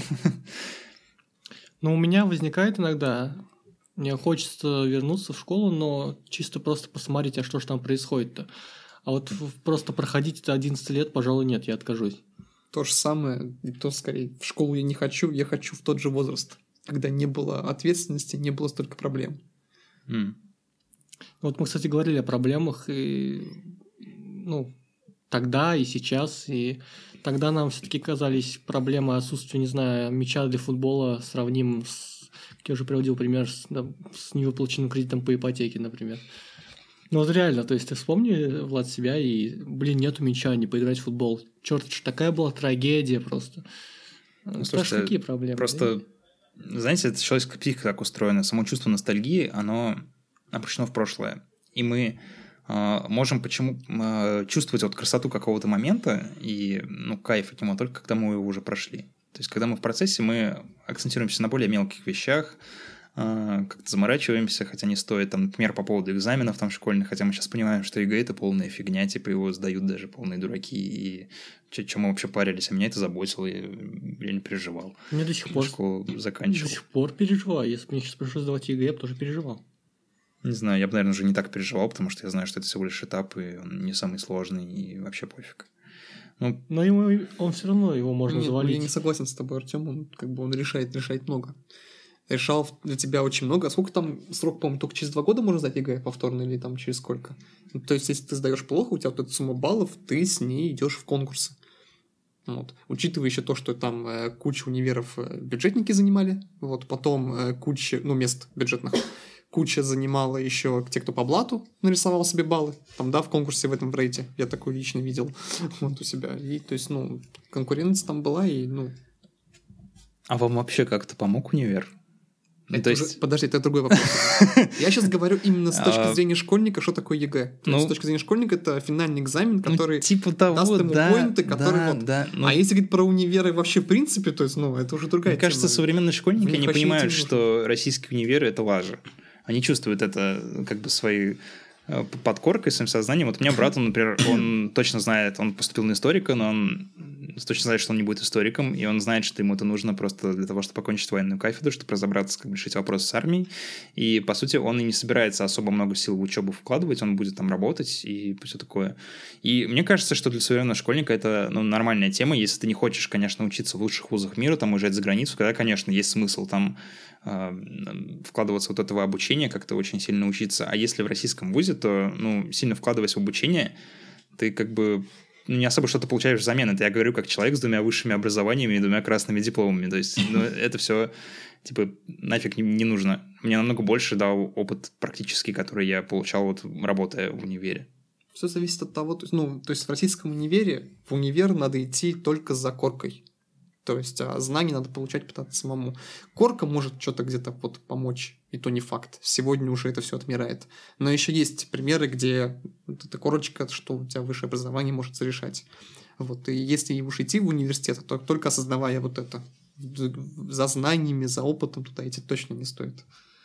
Ну, у меня возникает иногда, мне хочется вернуться в школу, но чисто просто посмотреть, а что же там происходит-то. А вот просто проходить это одиннадцать лет, пожалуй, нет, я откажусь. То же самое, и то скорее. В школу я не хочу, я хочу в тот же возраст, когда не было ответственности, не было столько проблем. Mm. Вот мы, кстати, говорили о проблемах, и, ну, тогда и сейчас, и тогда нам все-таки казались проблемы отсутствия, не знаю, мяча для футбола сравним с, как я уже приводил пример, с, да, с невыплаченным кредитом по ипотеке, например. Ну вот реально, то есть ты вспомни, Влад, себя, и, блин, нету мяча, не поиграть в футбол. Черт, такая была трагедия просто. Ну, слушайте, какие проблемы? Просто, да? Знаете, это человеческая психика так устроена. Само чувство ностальгии, оно обращено в прошлое. И мы э, можем почему э, чувствовать вот красоту какого-то момента и, ну, кайф от него только когда мы его уже прошли. То есть, когда мы в процессе, мы акцентируемся на более мелких вещах, как-то заморачиваемся, хотя не стоит, там, например, по поводу экзаменов там школьных, хотя мы сейчас понимаем, что ЕГЭ — это полная фигня, типа его сдают даже полные дураки, и чем мы вообще парились, а меня это заботило, и я не переживал. Мне до сих пор школу заканчивал. До сих пор переживаю, если бы мне сейчас пришлось сдавать ЕГЭ, я бы тоже переживал. Не знаю, я бы, наверное, уже не так переживал, потому что я знаю, что это всего лишь этап, и он не самый сложный, и вообще пофиг. Ну, но ему, он все равно его можно Нет, завалить. Я не согласен с тобой, Артем, он как бы он решает, решает много. Решал для тебя очень много. А сколько там срок, по-моему, только через два года можно сдать ЕГЭ повторно или там через сколько? Ну, то есть, если ты сдаешь плохо, у тебя вот эта сумма баллов, ты с ней идешь в конкурсы. Вот. Учитывая еще то, что там э, куча универов э, бюджетники занимали, вот, потом э, куча, ну, мест бюджетных, куча занимала еще те, кто по блату нарисовал себе баллы, там, да, в конкурсе в этом в рейде, я такой лично видел вот у себя, и, то есть, ну, конкуренция там была, и, ну... А вам вообще как-то помог универ? Это То уже... есть... Подожди, это другой вопрос. Я сейчас говорю именно с точки зрения школьника, что такое ЕГЭ. То есть, с точки зрения школьника это финальный экзамен, который ну, типа того, даст ему да, поинты, который да, вот... да, ну... А если говорить про универы вообще в принципе, то есть, ну, это уже другая Мне кажется, тема. современные школьники не понимают, не что российские универы — это лажа. Они чувствуют это как бы своей подкоркой, своим сознанием. Вот у меня брат, он, например, он точно знает, он поступил на историка, но он точно знает, что он не будет историком, и он знает, что ему это нужно просто для того, чтобы покончить военную кафедру, чтобы разобраться, как решить вопросы с армией. И, по сути, он и не собирается особо много сил в учебу вкладывать, он будет там работать и все такое. И мне кажется, что для современного школьника это, ну, нормальная тема. Если ты не хочешь, конечно, учиться в лучших вузах мира, там, уезжать за границу, тогда, конечно, есть смысл там вкладываться вот этого обучения, как-то очень сильно учиться. А если в российском вузе, то, ну, сильно вкладываясь в обучение, ты как бы ну, не особо что-то получаешь взамен. Это я говорю как человек с двумя высшими образованиями и двумя красными дипломами. То есть, ну, это все, типа, нафиг не, не нужно. Мне намного больше дал опыт практический, который я получал, вот, работая в универе. Все зависит от того, то есть, ну, то есть в российском универе, в универ надо идти только за коркой. То есть, а знания надо получать пытаться самому. Корка может что-то где-то вот помочь, и то не факт. Сегодня уже это все отмирает. Но еще есть примеры, где вот эта корочка, что у тебя высшее образование может зарешать. Вот. И если уж идти в университет, то только осознавая вот это. За знаниями, за опытом туда идти точно не стоит.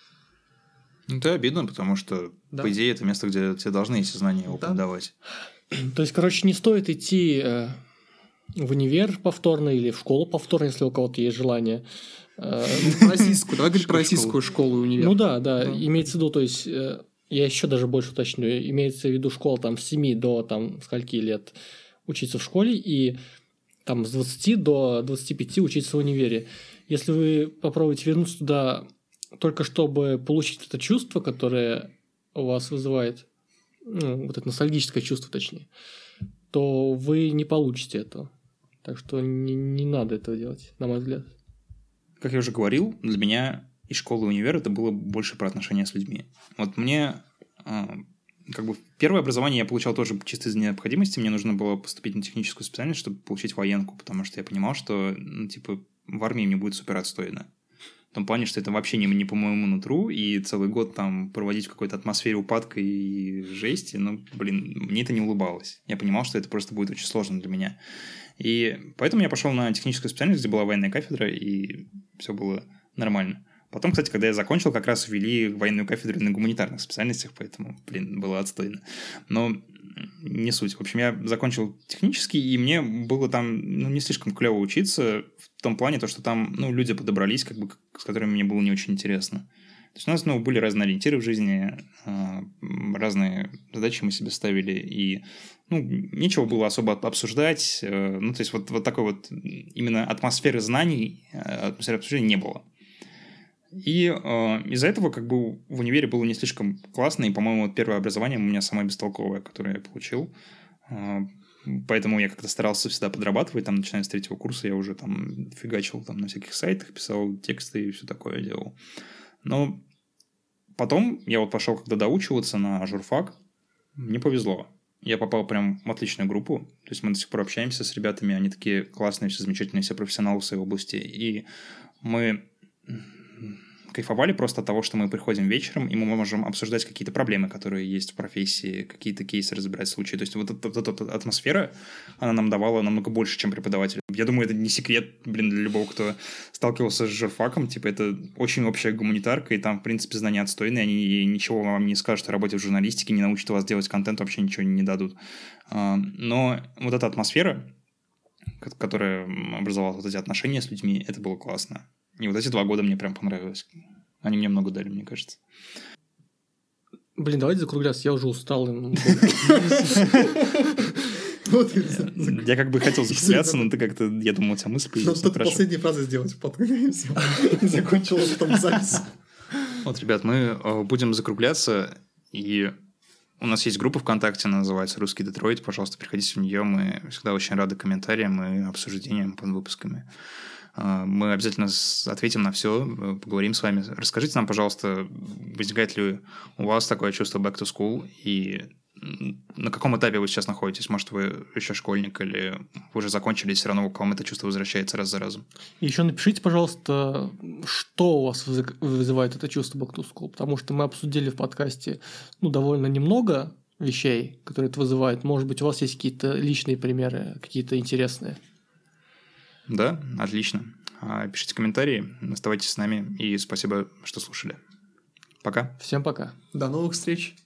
Ну, это обидно, потому что, да, по идее, это место, где тебе должны эти знания и опыт, да, давать. То есть, короче, не стоит идти... Э... в универ повторно или в школу повторно, если у кого-то есть желание. Российскую, давай говорить про российскую школу и универ. Ну да, да, имеется в виду, то есть, я еще даже больше уточню, имеется в виду школа там с семи до там скольки лет учиться в школе и там с двадцати до двадцати пяти учиться в универе. Если вы попробуете вернуться туда только чтобы получить это чувство, которое у вас вызывает, ну, вот это ностальгическое чувство, точнее, то вы не получите этого. Так что не, не надо этого делать, на мой взгляд. Как я уже говорил, для меня и школа, и универ это было больше про отношения с людьми. Вот мне э, как бы первое образование я получал тоже чисто из необходимости. Мне нужно было поступить на техническую специальность, чтобы получить военку, потому что я понимал, что, ну, типа, в армии мне будет супер отстойно. В том плане, что это вообще не, не по моему нутру, и целый год там проводить в какой-то атмосфере упадка и жести, ну, блин, мне это не улыбалось. Я понимал, что это просто будет очень сложно для меня. И поэтому я пошел на техническую специальность, где была военная кафедра, и все было нормально. Потом, кстати, когда я закончил, как раз ввели военную кафедру на гуманитарных специальностях, поэтому, блин, было отстойно. Но не суть. В общем, я закончил технический, и мне было там, ну, не слишком клево учиться в том плане, то, что там, ну, люди подобрались, как бы, с которыми мне было не очень интересно. То есть у нас, ну, были разные ориентиры в жизни, разные задачи мы себе ставили, и, ну, нечего было особо обсуждать. Ну, то есть вот, вот такой вот именно атмосферы знаний, атмосферы обсуждения не было. И э, из-за этого как бы в универе было не слишком классно, и, по-моему, вот первое образование у меня самое бестолковое, которое я получил. Э, поэтому я как-то старался всегда подрабатывать, там, начиная с третьего курса я уже там фигачил там на всяких сайтах, писал тексты и все такое делал. Но потом я вот пошел когда доучиваться на журфак, мне повезло. Я попал прям в отличную группу, то есть мы до сих пор общаемся с ребятами, они такие классные, все замечательные, все профессионалы в своей области, и мы кайфовали просто от того, что мы приходим вечером, и мы можем обсуждать какие-то проблемы, которые есть в профессии, какие-то кейсы разбирать случаи. То есть вот эта, вот эта атмосфера, она нам давала намного больше, чем преподаватель. Я думаю, это не секрет, блин, для любого, кто сталкивался с журфаком. Типа это очень общая гуманитарка, и там, в принципе, знания отстойные, они ничего вам не скажут о работе в журналистике, не научат вас делать контент, вообще ничего не дадут. Но вот эта атмосфера, которая образовала вот эти отношения с людьми, это было классно. И вот эти два года мне прям понравилось. Они мне много дали, мне кажется. Блин, давайте закругляться, я уже устал. Я как бы хотел закругляться, но ты как-то, я думал, у тебя мысль появилась. Надо последние фразы сделать, потом закончил потом запись. Вот, ребят, мы будем закругляться, и у нас есть группа ВКонтакте, она называется «Русский Детройт». Пожалуйста, приходите в нее, мы всегда очень рады комментариям и обсуждениям под выпусками. Мы обязательно ответим на все, поговорим с вами. Расскажите нам, пожалуйста, возникает ли у вас такое чувство back to school, и на каком этапе вы сейчас находитесь? Может, вы еще школьник, или вы уже закончили, и все равно к вам это чувство возвращается раз за разом? Еще напишите, пожалуйста, что у вас вызывает это чувство back to school, потому что мы обсудили в подкасте ну, довольно немного вещей, которые это вызывает. Может быть, у вас есть какие-то личные примеры, какие-то интересные? Да, отлично. Пишите комментарии, оставайтесь с нами, и спасибо, что слушали. Пока. Всем пока. До новых встреч.